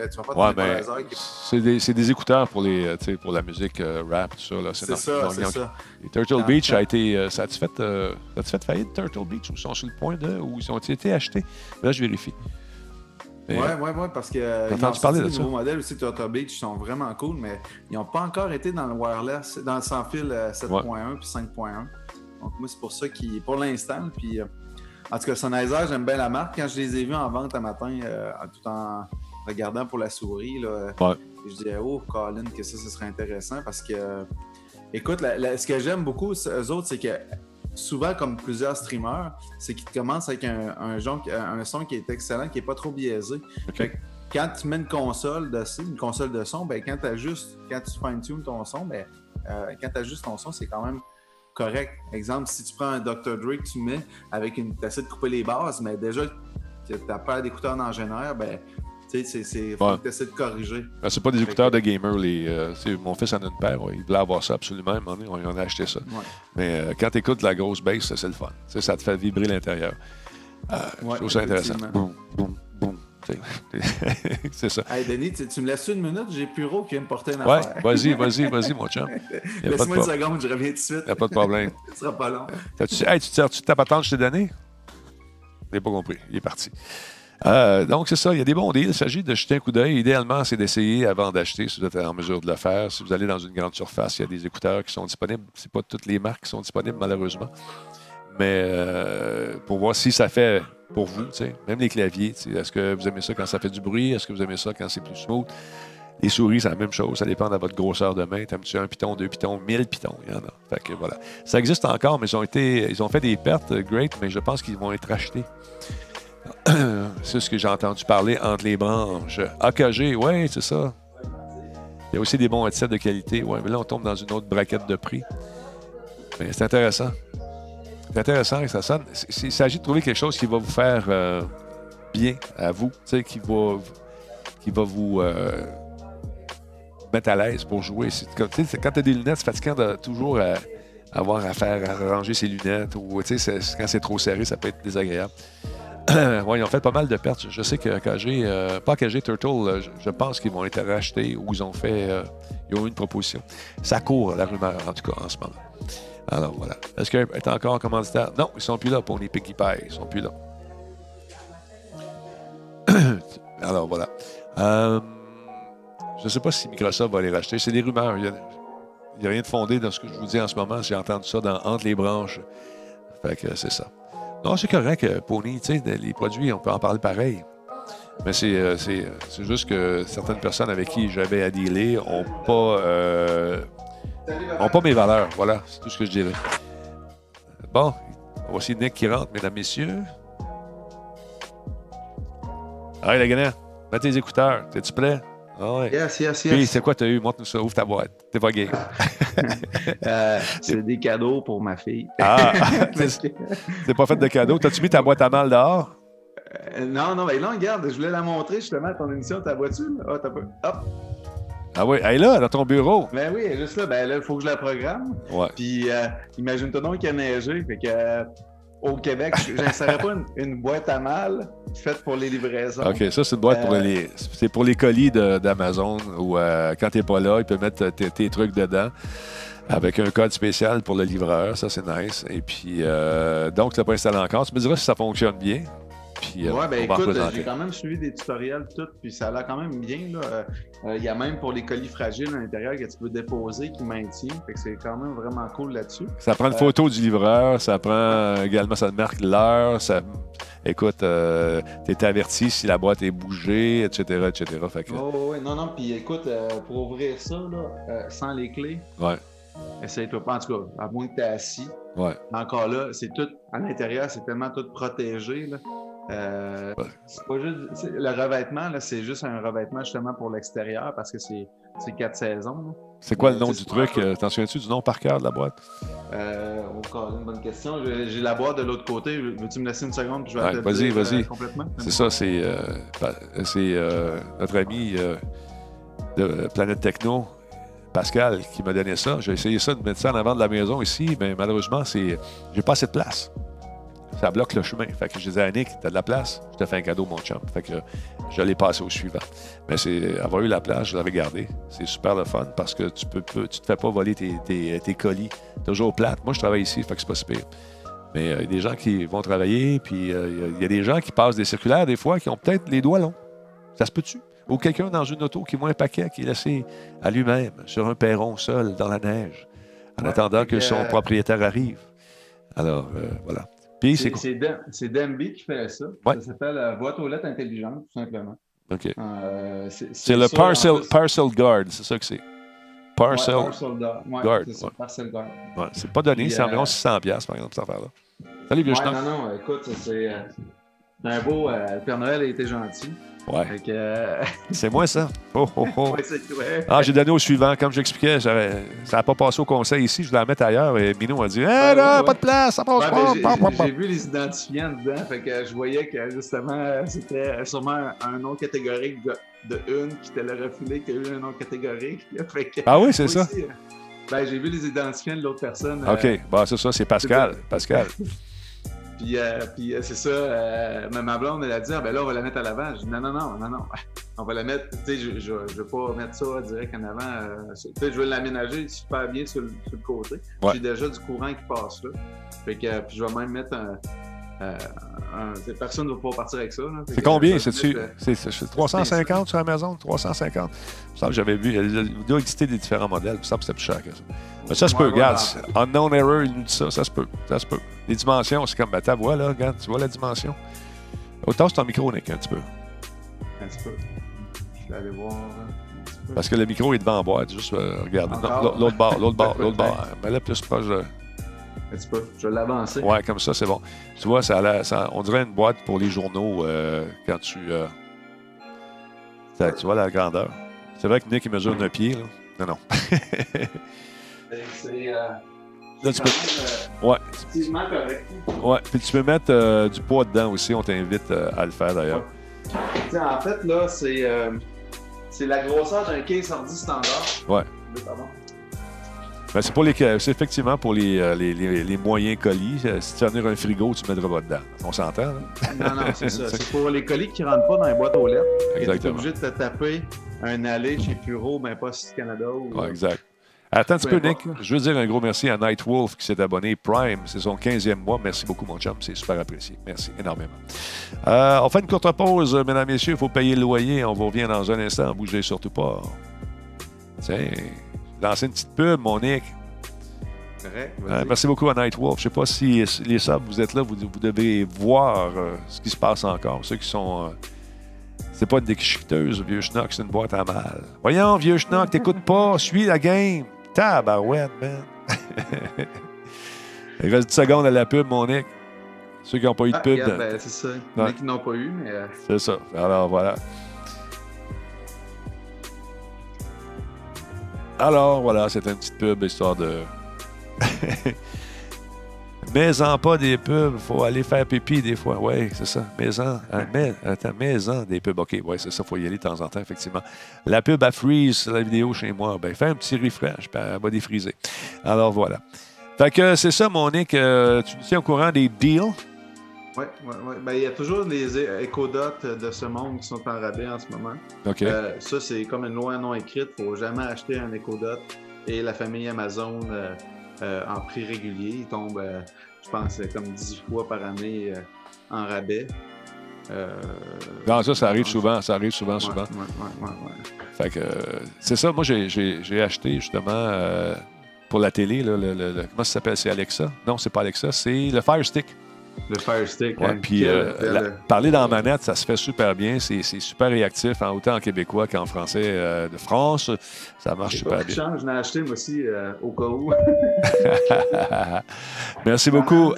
B: c'est des écouteurs pour la musique rap, tout ça. Là.
D: C'est ça.
B: Turtle Beach a été... ça a-tu fait faillite, Turtle Beach, ou ils sont sur le point ou ils ont été achetés? Là, je vérifie.
D: Oui, parce que
B: ils ont parlé de
D: ça. Les nouveaux modèles aussi, Turtle Beach, sont vraiment cool, mais ils n'ont pas encore été dans le wireless, dans le sans-fil 7.1 puis 5.1. Donc moi, c'est pour ça pour l'instant, puis... En tout cas, Sennheiser, j'aime bien la marque. Quand je les ai vus en vente un matin, tout en regardant pour la souris, là, je disais, oh, Colin, que ça serait intéressant parce que, écoute, ce que j'aime beaucoup, eux autres, c'est que souvent, comme plusieurs streamers, c'est qu'ils commencent avec un son qui est excellent, qui n'est pas trop biaisé.
B: Okay.
D: Fait que quand tu mets une console de son, quand tu fine-tunes ton son, quand tu ajustes ton son, c'est quand même correct. Exemple, si tu prends un Dr. Dre que tu mets avec tu essaies de couper les basses, mais déjà que tu as peur d'écouteurs dans le génère, faut que tu essaies de corriger.
B: C'est pas des écouteurs de gamer. Mon fils en a une paire. Il voulait avoir ça absolument. À un moment donné, on en a acheté ça. Mais quand tu écoutes de la grosse bass, c'est le fun. Ça te fait vibrer l'intérieur. Je trouve ça intéressant. Boum, boum, boum. C'est ça.
D: Hey Denis, tu me laisses une minute? J'ai Puro qui vient me porter une affaire.
B: Vas-y, mon chum.
D: Laisse-moi une seconde, je reviens tout de suite.
B: Il n'y a pas de problème.
D: Ce sera pas long.
B: Tu te sers-tu de ta patente que je t'ai donnée? Je n'ai pas compris. Il est parti. Donc, c'est ça. Il y a des bons deals. Il s'agit de jeter un coup d'œil. Idéalement, c'est d'essayer avant d'acheter, si vous êtes en mesure de le faire. Si vous allez dans une grande surface, il y a des écouteurs qui sont disponibles. Ce n'est pas toutes les marques qui sont disponibles, malheureusement. Mais pour voir si ça fait pour vous, même les claviers, est-ce que vous aimez ça quand ça fait du bruit? Est-ce que vous aimez ça quand c'est plus smooth? Les souris, c'est la même chose. Ça dépend de votre grosseur de main. T'aimes-tu 1 piton, 2 pitons, 1000 pitons? Il y en a. Fait que voilà. Ça existe encore, mais ils ont fait des pertes, great, mais je pense qu'ils vont être rachetés. C'est ce que j'ai entendu parler entre les branches. AKG, oui, c'est ça. Il y a aussi des bons headsets de qualité. Ouais, mais là, on tombe dans une autre braquette de prix. Mais c'est intéressant. C'est intéressant que ça sonne. Il s'agit de trouver quelque chose qui va vous faire bien à vous, qui va vous mettre à l'aise pour jouer. Quand tu as des lunettes, c'est fatigant de toujours avoir à faire arranger ses lunettes ou quand c'est trop serré, ça peut être désagréable. Ouais, ils ont fait pas mal de pertes. Je sais que AKG, pas AKG, Turtle, je pense qu'ils vont être rachetés ou ils ont eu une proposition. Ça court, la rumeur, en tout cas, en ce moment. Alors, voilà. Est-ce qu'elle est encore commanditaire? Non, ils sont plus là pour les Piggy Pie. Ils sont plus là. Alors, voilà. Je ne sais pas si Microsoft va les racheter. C'est des rumeurs. Il n'y a rien de fondé dans ce que je vous dis en ce moment. J'ai entendu ça entre les branches. Fait que c'est ça. Non, c'est correct, Pony. Tu sais, les produits, on peut en parler pareil. Mais c'est juste que certaines personnes avec qui j'avais à dealer n'ont pas mes valeurs. Voilà, c'est tout ce que je dirais. Bon, voici Nick qui rentre, mesdames, messieurs. Allez, les gagnants, mets tes écouteurs. T'es-tu prêt? Ah ouais.
D: Yes.
B: Puis, c'est quoi t'as eu? Montre-nous ça. Ouvre ta boîte. T'es pas gay.
D: C'est des cadeaux pour ma fille.
B: Ah! C'est pas fait de cadeaux. T'as-tu mis ta boîte à mal dehors?
D: Non, mais là, regarde, je voulais la montrer justement à ton émission. Ta voiture, là? Ah, t'as pas. Hop!
B: Ah oui, elle est là, dans ton bureau.
D: Ben oui, elle est juste là. Ben là, il faut que je la programme.
B: Ouais.
D: Puis, imagine-toi donc qu'il y a neigé. Fait que, au Québec, j'insérerais pas une boîte à mal faite pour les livraisons.
B: OK, ça, c'est une boîte pour les colis d'Amazon où quand t'es pas là, ils peuvent mettre tes trucs dedans avec un code spécial pour le livreur. Ça, c'est nice. Et puis, donc, tu l'as pas installé encore. Tu me diras si ça fonctionne bien. Puis,
D: ouais, ben écoute, j'ai quand même suivi des tutoriels tout, puis ça a l'air quand même bien. Il y a même pour les colis fragiles à l'intérieur que tu peux déposer qui maintient. Fait que c'est quand même vraiment cool là-dessus. Ça
B: prend une photo du livreur, ça prend également, ça marque l'heure, écoute, t'es averti si la boîte est bougée, etc. Fait que...
D: Oh, ouais, non, puis écoute, pour ouvrir ça, là, sans les clés,
B: ouais.
D: Essaye-toi pas, en tout cas, à moins que tu es assis.
B: Ouais.
D: Encore là, c'est tout, à l'intérieur, c'est tellement tout protégé, là. C'est pas juste, le revêtement, là, c'est juste un revêtement justement pour l'extérieur parce que c'est 4 saisons. Là.
B: C'est quoi le nom du truc? T'en souviens-tu du nom par cœur de la boîte?
D: Encore une bonne question. J'ai la boîte de l'autre côté. Veux-tu me laisser une seconde puis je vais te
B: dire
D: complètement?
B: C'est ça, c'est notre ami de Planète Techno, Pascal, qui m'a donné ça. J'ai essayé ça de mettre ça en avant de la maison ici, mais malheureusement, j'ai pas assez de place. Ça bloque le chemin. Fait que je disais à Nick, t'as de la place? Je te fais un cadeau, mon chum. Fait que je l'ai passé au suivant. Mais avoir eu la place, je l'avais gardé. C'est super le fun parce que tu te fais pas voler tes colis. Toujours plate. Moi, je travaille ici, fait que c'est pas si pire. Mais il y a des gens qui vont travailler, puis il y a des gens qui passent des circulaires, des fois, qui ont peut-être les doigts longs. Ça se peut-tu? Ou quelqu'un dans une auto qui voit un paquet qui est laissé à lui-même sur un perron seul dans la neige en attendant que son propriétaire arrive. Alors, voilà.
D: C'est Demby qui fait ça.
B: Ouais.
D: Ça s'appelle boîte aux lettres intelligente, tout simplement.
B: OK.
D: C'est
B: le Parcel Guard, c'est ça que c'est. Parcel Guard.
D: C'est ça, Parcel Guard.
B: Ouais, c'est pas donné, c'est environ 600$, par exemple, cette affaire-là. Salut, vieux jeton.
D: Non, écoute, c'est un beau... le Père Noël a été gentil.
B: Ouais. C'est moi, ça. Oh.
D: Ouais, c'est vrai.
B: Ah, j'ai donné au suivant. Comme j'expliquais, ça n'a pas passé au conseil ici. Je voulais la mettre ailleurs. Et Minou a dit non, pas de place, ça passe pas.
D: J'ai vu les identifiants dedans. Fait que je voyais que, justement, c'était sûrement un nom catégorique de une qui te l'a refilé, qui a eu un nom catégorique. Fait que,
B: ah oui, c'est ça?
D: Aussi, j'ai vu les identifiants de l'autre personne.
B: OK. C'est ça, c'est Pascal.
D: Puis c'est ça, ma blonde, elle a dit, là, on va la mettre à l'avant. Je dis, non. On va la mettre, tu sais, je ne vais pas mettre ça direct en avant. Tu sais, je vais l'aménager super bien sur le côté.
B: Ouais.
D: J'ai déjà du courant qui passe là. Fait que, puis je vais même mettre personne ne va pouvoir partir avec ça. Là.
B: C'est combien? C'est 350 sur Amazon? 350? J'avais vu, il doit exister des différents modèles. Ça, c'était plus cher que ça. Mais ça se peut, regarde. Unknown Error, il nous dit ça. Ça se peut. Les dimensions, c'est comme, ta voix, là, regarde, tu vois la dimension. Autant c'est ton micro, Nick, un petit peu.
D: Un petit peu. Je vais aller voir.
B: Parce que le micro est devant la boîte. Juste regarde. L'autre bord. Mais là, plus proche de...
D: Un petit peu. Je vais l'avancer.
B: Ouais, comme ça, c'est bon. Tu vois, on dirait une boîte pour les journaux quand tu... tu vois la grandeur. C'est vrai que Nick, il mesure 9 pieds. Là. Non.
D: C'est...
B: Là, tu peux... Ouais.
D: Effectivement correct.
B: Ouais. Puis tu peux mettre du poids dedans aussi. On t'invite à le faire, d'ailleurs.
D: Ouais. En fait, là, c'est la grosseur d'un case ordi standard.
B: Ouais.
D: Pardon.
B: Ben, c'est effectivement pour les moyens colis. Si tu as venir un frigo, tu ne mettras pas dedans. On s'entend, là?
D: Non, c'est ça. C'est pour les colis qui ne rentrent pas dans les boîtes aux lettres.
B: Exactement.
D: Tu es obligé de te taper un aller chez Puro, ben pas Poste Canada.
B: Ouais, exact. Attends un petit peu, Nick. Je veux dire un gros merci à Nightwolf qui s'est abonné. Prime, c'est son 15e mois. Merci beaucoup, mon chum. C'est super apprécié. Merci énormément. On fait une courte pause, mesdames et messieurs. Il faut payer le loyer. On vous revient dans un instant. Bougez surtout pas. Tiens, lancer une petite pub, mon Nick.
D: Correct.
B: Merci beaucoup à Nightwolf. Je ne sais pas si les subs, vous êtes là, vous devez voir ce qui se passe encore. Ceux qui sont... c'est pas une déchiqueteuse, vieux schnock, c'est une boîte à mal. Voyons, vieux schnock, t'écoutes pas, suis la game. Tabarouette, man. Il reste 10 secondes à la pub, mon Nick. Ceux qui n'ont pas eu de pub.
D: Ben, c'est ça. Il y en a qui n'ont pas eu, mais...
B: C'est ça. Alors, voilà. Alors, voilà, c'est une petite pub, histoire de... Mais-en pas des pubs, faut aller faire pipi des fois. Oui, c'est ça. Mais-en des pubs. OK, oui, c'est ça, faut y aller de temps en temps, effectivement. La pub, elle freeze la vidéo chez moi. Ben, fais un petit refresh, puis elle va défriser. Alors, voilà. Fait que c'est ça, mon Nick. Tu nous tiens au courant des deals?
D: Oui. Ben, il y a toujours les écodots de ce monde qui sont en rabais en ce moment.
B: OK.
D: Ça, c'est comme une loi non écrite. Il ne faut jamais acheter un écodot. Et la famille Amazon... en prix régulier. Il tombe, je pense, comme 10 fois par année en rabais.
B: Non, ça arrive souvent. Ça arrive souvent.
D: Ouais.
B: Fait que c'est ça. Moi, j'ai acheté justement pour la télé, là, comment ça s'appelle? C'est Alexa? Non, c'est pas Alexa, c'est le Fire Stick.
D: Le Fire Stick.
B: Ouais, puis parler dans la manette, ça se fait super bien. C'est super réactif, autant en québécois qu'en français de France. Ça marche super bien.
D: Je l'ai acheté, moi aussi, au cas où.
B: Merci beaucoup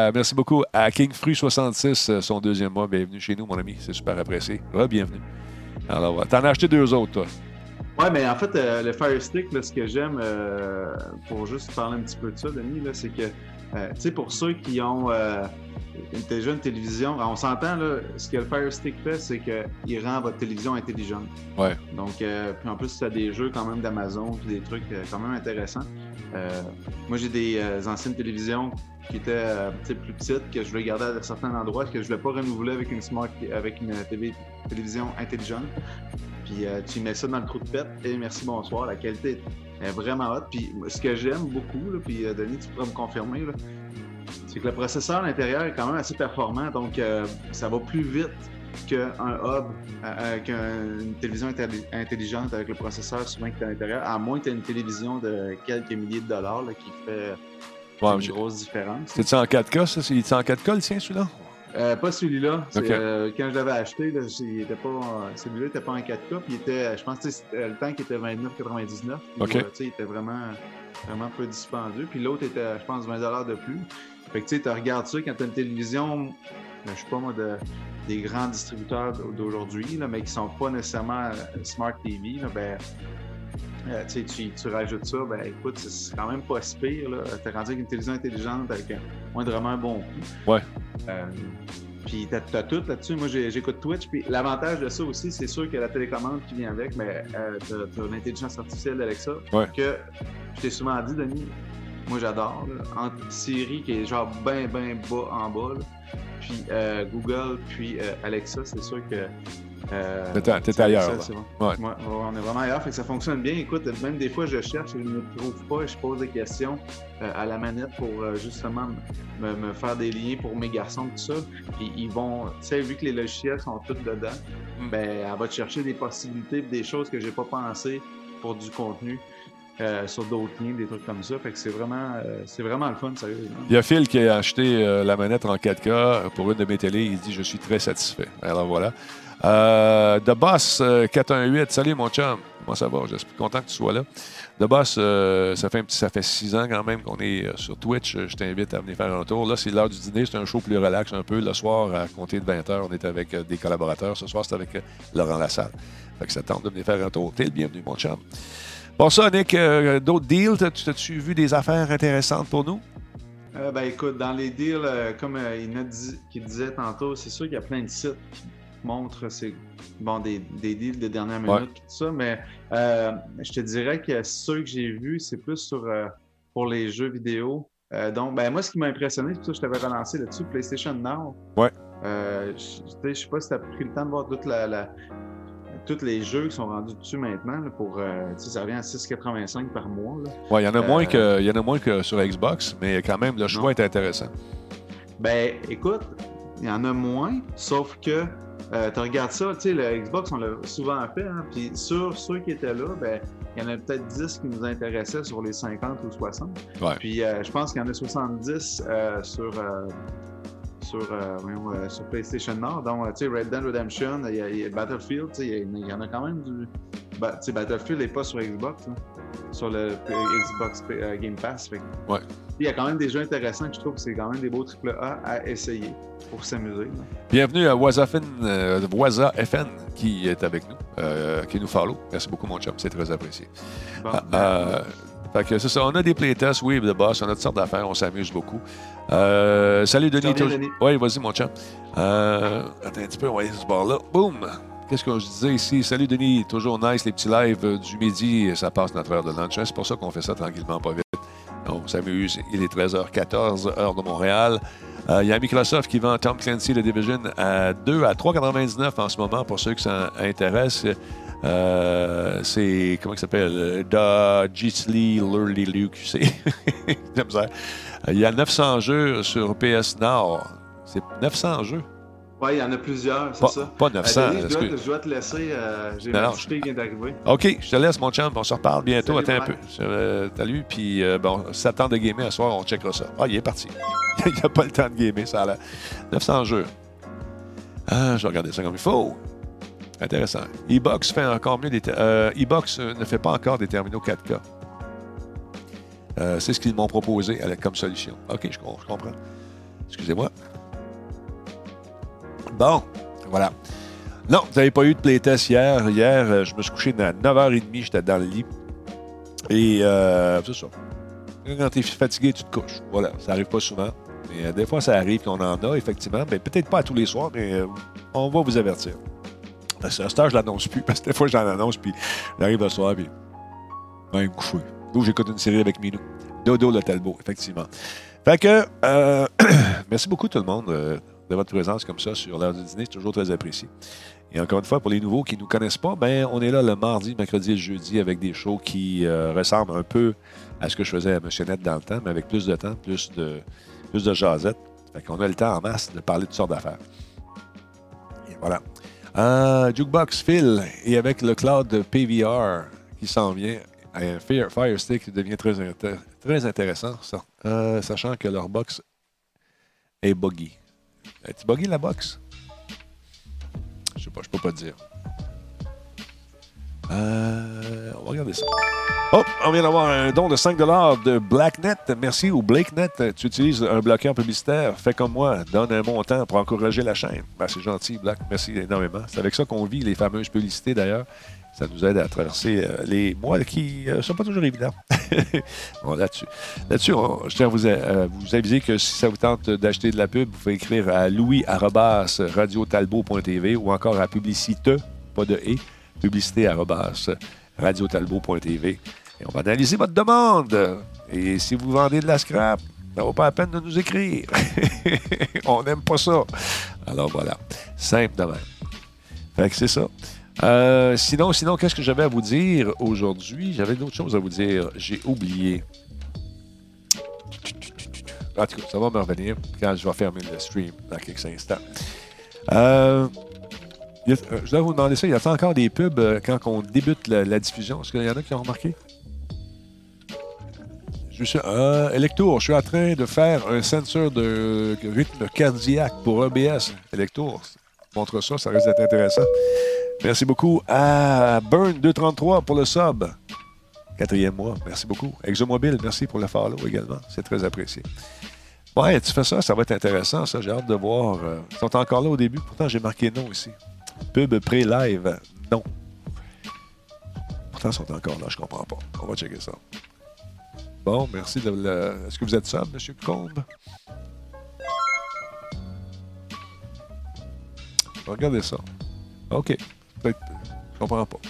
B: à King Fruit 66, son 2e mois. Bienvenue chez nous, mon ami. C'est super apprécié. Bienvenue. Alors, t'en as acheté 2 autres, toi.
D: Oui, mais en fait, le Fire Stick, là, ce que j'aime, pour juste parler un petit peu de ça, Denis, là, c'est que, tu sais, pour ceux qui ont déjà une télévision, on s'entend, là, ce que le Fire Stick fait, c'est qu'il rend votre télévision intelligente.
B: Ouais.
D: Donc, puis en plus, tu as des jeux quand même d'Amazon, puis des trucs quand même intéressants. Moi, j'ai des anciennes télévisions qui étaient plus petites, que je voulais garder à certains endroits, que je ne voulais pas renouveler avec une télévision intelligente. Puis tu mets ça dans le trou de pète et merci, bonsoir. La qualité est vraiment haute. Puis ce que j'aime beaucoup, là, puis Denis, tu pourras me confirmer, là, c'est que le processeur à l'intérieur est quand même assez performant. Donc, ça va plus vite qu'un hub, qu'une télévision intelligente avec le processeur souvent qui est à l'intérieur, à moins que tu aies une télévision de quelques milliers de dollars là, qui fait une grosse différence.
B: C'est-tu en 4K, ça? C'est-tu en 4K, le tien, celui-là?
D: Pas celui-là.
B: Okay.
D: Quand je l'avais acheté, là, celui-là n'était pas en 4K. Puis je pense que le temps qui était 29,99.
B: Okay.
D: Il était vraiment peu dispendieux. Puis l'autre était, je pense, 20$ de plus. Fait que tu regardes ça quand tu as une télévision, je sais pas moi, des grands distributeurs d'aujourd'hui, là, mais qui sont pas nécessairement Smart TV, là, ben, tu rajoutes ça, ben écoute, c'est quand même pas si pire. Tu es rendu avec une télévision intelligente avec moindrement un bon coup.
B: Ouais.
D: Puis t'as tout là-dessus. Moi, j'écoute Twitch. Puis l'avantage de ça aussi, c'est sûr que la télécommande qui vient avec, mais t'as l'intelligence artificielle d'Alexa.
B: Ouais.
D: Que je t'ai souvent dit, Denis, moi j'adore. Entre Siri, qui est genre ben bas en bas, là, puis Google, puis Alexa, c'est sûr que...
B: T'es ailleurs.
D: Ça, ouais, on est vraiment ailleurs, fait que ça fonctionne bien. Écoute, même des fois, je cherche et je ne trouve pas et je pose des questions à la manette pour justement me faire des liens pour mes garçons, tout ça. Puis ils vont, tu sais, vu que les logiciels sont tous dedans, ben, elle va te chercher des possibilités, des choses que j'ai pas pensé pour du contenu. sur d'autres liens, des trucs comme ça. Fait que c'est vraiment le fun, sérieux.
B: Il y a Phil qui a acheté la manette en 4K pour une de mes télés. Il dit « Je suis très satisfait ». Alors voilà. The Boss 418, salut mon chum. Comment ça va? Je suis content que tu sois là. The Boss, ça fait 6 ans quand même qu'on est sur Twitch. Je t'invite à venir faire un tour. Là, c'est l'heure du dîner. C'est un show plus relax un peu. Le soir, à compter de 20h, on est avec des collaborateurs. Ce soir, c'est avec Laurent Lassalle. Fait que ça tente de venir faire un tour. T'es le bienvenu, mon chum. Bon, ça, Nick, d'autres deals? T'as-tu vu des affaires intéressantes pour nous?
D: Ben écoute, dans les deals, comme il disait tantôt, c'est sûr qu'il y a plein de sites qui montrent des deals de dernière minute, tout ça, mais je te dirais que ceux que j'ai vus, c'est plus pour les jeux vidéo. Donc, moi, ce qui m'a impressionné, c'est pour ça que je t'avais relancé là-dessus, PlayStation Now.
B: Ouais.
D: Je sais pas si tu as pris le temps de voir tous les jeux qui sont rendus dessus maintenant, là, ça revient à 6,85 par mois.
B: Oui, il y en a moins que sur Xbox, mais quand même, le choix est intéressant.
D: Ben, écoute, il y en a moins, sauf que tu regardes ça, tu sais, le Xbox, on l'a souvent fait, hein, puis sur ceux qui étaient là, ben, il y en a peut-être 10 qui nous intéressaient sur les 50 ou 60.
B: Ouais.
D: Puis je pense qu'il y en a 70 sur PlayStation Nord. Donc, tu sais, Red Dead Redemption, il y a Battlefield, tu sais, il y en a quand même du... Tu sais, Battlefield n'est pas sur Xbox, hein, sur le Xbox Game Pass. Fait.
B: Ouais.
D: Il y a quand même des jeux intéressants que je trouve que c'est quand même des beaux AAA à essayer pour s'amuser. Là.
B: Bienvenue à Waza FN qui est avec nous, qui nous follow. Merci beaucoup, mon chum, c'est très apprécié.
D: Bon,
B: fait que c'est ça, on a des playtests, oui, The Boss, on a toutes sortes d'affaires, on s'amuse beaucoup. Salut Denis.
D: Denis.
B: Oui, vas-y mon chum. Attends un petit peu, on va aller sur ce bord-là. Boum! Qu'est-ce que je disais ici? Salut Denis, toujours nice, les petits lives du midi, ça passe notre heure de lunch. C'est pour ça qu'on fait ça tranquillement, pas vite. On s'amuse, il est 13h14, heure de Montréal. Il y a Microsoft qui vend Tom Clancy The Division à 3,99 en ce moment pour ceux qui s'intéressent. C'est, comment il s'appelle? Gisli Lurly Luke. J'aime ça. Il y a 900 jeux sur PS Now. C'est 900 jeux.
D: Oui, il y en a plusieurs, c'est ça.
B: Pas 900.
D: Je dois te laisser. J'ai ma petite fille qui vient d'arriver.
B: OK, je te laisse, mon chum. On se reparle bientôt.
D: Salut,
B: attends un peu. Salut. Puis, si ça tente de gamer à soir, on checkera ça. Ah, il est parti. Il n'y a pas le temps de gamer, ça a l'air. 900 jeux. Je vais regarder ça comme il faut. Intéressant. E-Box fait encore mieux E-Box ne fait pas encore des terminaux 4K. C'est ce qu'ils m'ont proposé comme solution. OK, je comprends. Excusez-moi. Bon, voilà. Non, vous n'avez pas eu de playtest hier. Hier, je me suis couché à 9h30, j'étais dans le lit. Et c'est ça. Quand tu es fatigué, tu te couches. Voilà, ça n'arrive pas souvent. Mais des fois, ça arrive qu'on en a, effectivement. Mais peut-être pas à tous les soirs, mais on va vous avertir. À cette heure, je ne l'annonce plus, parce que des fois, j'en annonce, puis j'arrive le soir, puis je vais me coucher. Ou j'écoute une série avec Minou. Dodo le Talbot, effectivement. Fait que, merci beaucoup tout le monde de votre présence comme ça sur l'heure du dîner. C'est toujours très apprécié. Et encore une fois, pour les nouveaux qui ne nous connaissent pas, on est là le mardi, mercredi et le jeudi avec des shows qui ressemblent un peu à ce que je faisais à Monsieur Net dans le temps, mais avec plus de temps, plus de jasette. Fait qu'on a le temps en masse de parler de toutes sortes d'affaires. Et voilà. Jukebox Phil, et avec le cloud PVR qui s'en vient, Fire Stick devient très intéressant, ça, sachant que leur box est buggy. Est-tu buggy la box? Je sais pas, je peux pas te dire. On va regarder ça. Oh, on vient d'avoir un don de 5$ de BlackNet. Merci au BlackNet. Tu utilises un bloqueur publicitaire. Fais comme moi. Donne un montant pour encourager la chaîne. C'est gentil, Black. Merci énormément. C'est avec ça qu'on vit les fameuses publicités, d'ailleurs. Ça nous aide à traverser les mois qui ne sont pas toujours évidents. Bon, là-dessus, je tiens à vous aviser que si ça vous tente d'acheter de la pub, vous pouvez écrire à louis@radiotalbot.tv ou encore à publicité, pas de et, publicité@radiotalbot.tv. Et on va analyser votre demande. Et si vous vendez de la scrap, ça ne vaut pas la peine de nous écrire. On n'aime pas ça. Alors voilà, simple de même. Fait que c'est ça. Sinon, qu'est-ce que j'avais à vous dire aujourd'hui? J'avais d'autres choses à vous dire. J'ai oublié. En tout cas, ça va me revenir quand je vais fermer le stream dans quelques instants. Je dois vous demander ça. Y a-t-il encore des pubs quand on débute la diffusion? Est-ce qu'il y en a qui ont remarqué? Electour, je suis en train de faire un sensor de rythme cardiaque pour EBS. Electour, montre ça, ça risque d'être intéressant. Merci beaucoup à Burn233 pour le sub. 4e mois, merci beaucoup. Exomobile, merci pour le follow également. C'est très apprécié. Ouais, tu fais ça, ça va être intéressant, ça. J'ai hâte de voir. Ils sont encore là au début. Pourtant, j'ai marqué non ici. Pub pré-live, non. Pourtant, ils sont encore là, je comprends pas. On va checker ça. Bon, merci de le... Est-ce que vous êtes sub, M. Combe? Regardez ça. OK. Peut-être... Je comprends pas.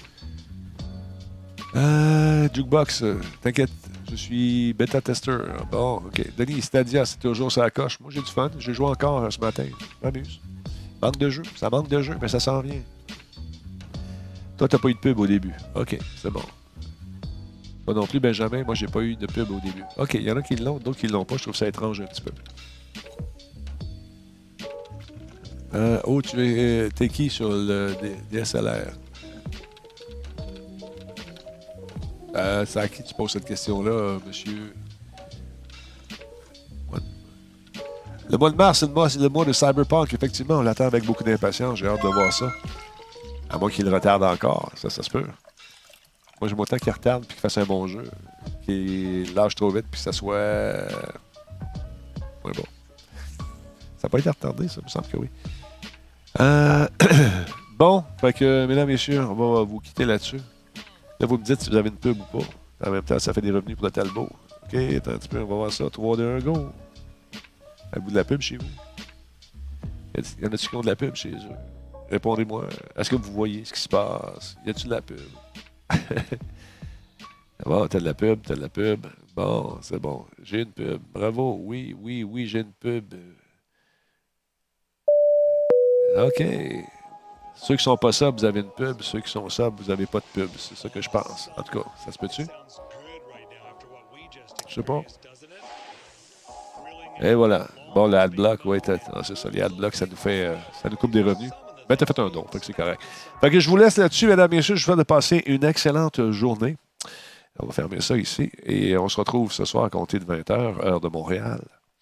B: Jukebox, t'inquiète, je suis bêta-testeur. Bon, OK. Denis, Stadia, c'est toujours ça à coche. Moi, j'ai du fun. J'ai joué encore ce matin. Je m'amuse. Manque de jeu. Ça manque de jeu, mais ça s'en vient. Toi, t'as pas eu de pub au début. OK, c'est bon. Moi non plus, Benjamin. Moi, j'ai pas eu de pub au début. OK, il y en a qui l'ont, d'autres qui l'ont pas. Je trouve ça étrange un petit peu. T'es qui sur le DSLR? C'est à qui tu poses cette question-là, monsieur? Le mois de mars, c'est le mois de Cyberpunk. Effectivement, on l'attend avec beaucoup d'impatience. J'ai hâte de voir ça. À moins qu'il le retarde encore. Ça se peut. Moi, j'aime autant qu'il retarde et qu'il fasse un bon jeu. Qu'il lâche trop vite puis que ça soit... Ouais, bon. Ça n'a pas été retardé, ça me semble que oui. Bon, fait que, mesdames, messieurs, on va vous quitter là-dessus. Là, vous me dites si vous avez une pub ou pas. En même temps, ça fait des revenus pour le Talbot. OK, attends un petit peu, on va voir ça. 3, 2, 1, go. Avez-vous de la pub chez vous? Y en a-t-il qui ont de la pub chez eux? Répondez-moi. Est-ce que vous voyez ce qui se passe? Y a-t-il de la pub? Bon, t'as de la pub, t'as de la pub. Bon, c'est bon. J'ai une pub. Bravo. Oui, j'ai une pub. OK. Ceux qui sont pas subs, vous avez une pub. Ceux qui sont subs, vous avez pas de pub. C'est ça que je pense. En tout cas, ça se peut-tu? Je sais pas. Et voilà. Bon, le adblock, oui, c'est ça. Les adblocks, ça nous coupe des revenus. Ben, t'as fait un don, fait que c'est correct. Fait que je vous laisse là-dessus, mesdames et messieurs. Je vous souhaite de passer une excellente journée. On va fermer ça ici. Et on se retrouve ce soir à compter de 20h, heure de Montréal.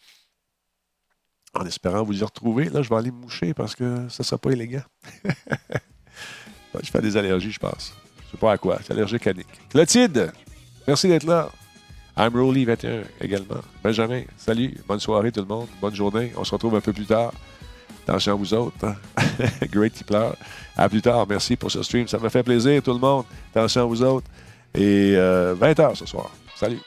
B: En espérant vous y retrouver. Là, je vais aller me moucher parce que ça ne sera pas élégant. Je fais des allergies, je pense. Je ne sais pas à quoi. C'est allergique à Nick. Clotilde, merci d'être là. I'm Rolly 21 également. Benjamin, salut. Bonne soirée tout le monde. Bonne journée. On se retrouve un peu plus tard. Attention à vous autres. Great Tipler. À plus tard. Merci pour ce stream. Ça me fait plaisir tout le monde. Attention à vous autres. Et 20h ce soir. Salut.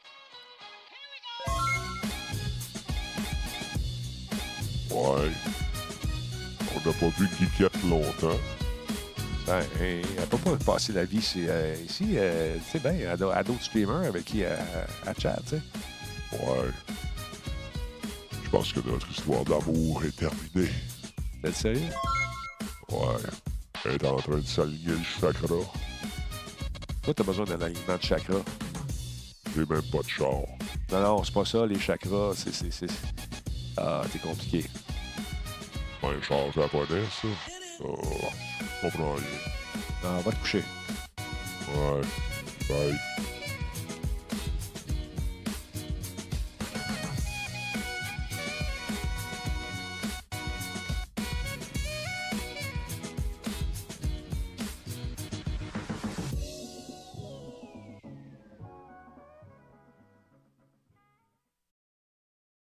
A: Ouais. On n'a pas vu Geekette longtemps.
B: Ben, elle ne peut pas passer la vie ici. Tu sais bien, à d'autres streamers avec qui elle chat, tu sais.
A: Ouais. Je pense que notre histoire d'amour est terminée.
B: T'es sérieux?
A: Ouais. Elle est en train de s'aligner le chakra.
B: Toi, t'as besoin d'un alignement de chakra.
A: J'ai même pas de char.
B: Non, c'est pas ça, les chakras. Ah, t'es compliqué.
A: Un char japonais, ça? Je comprends rien.
B: Ah, va te coucher.
A: Ouais. Bye.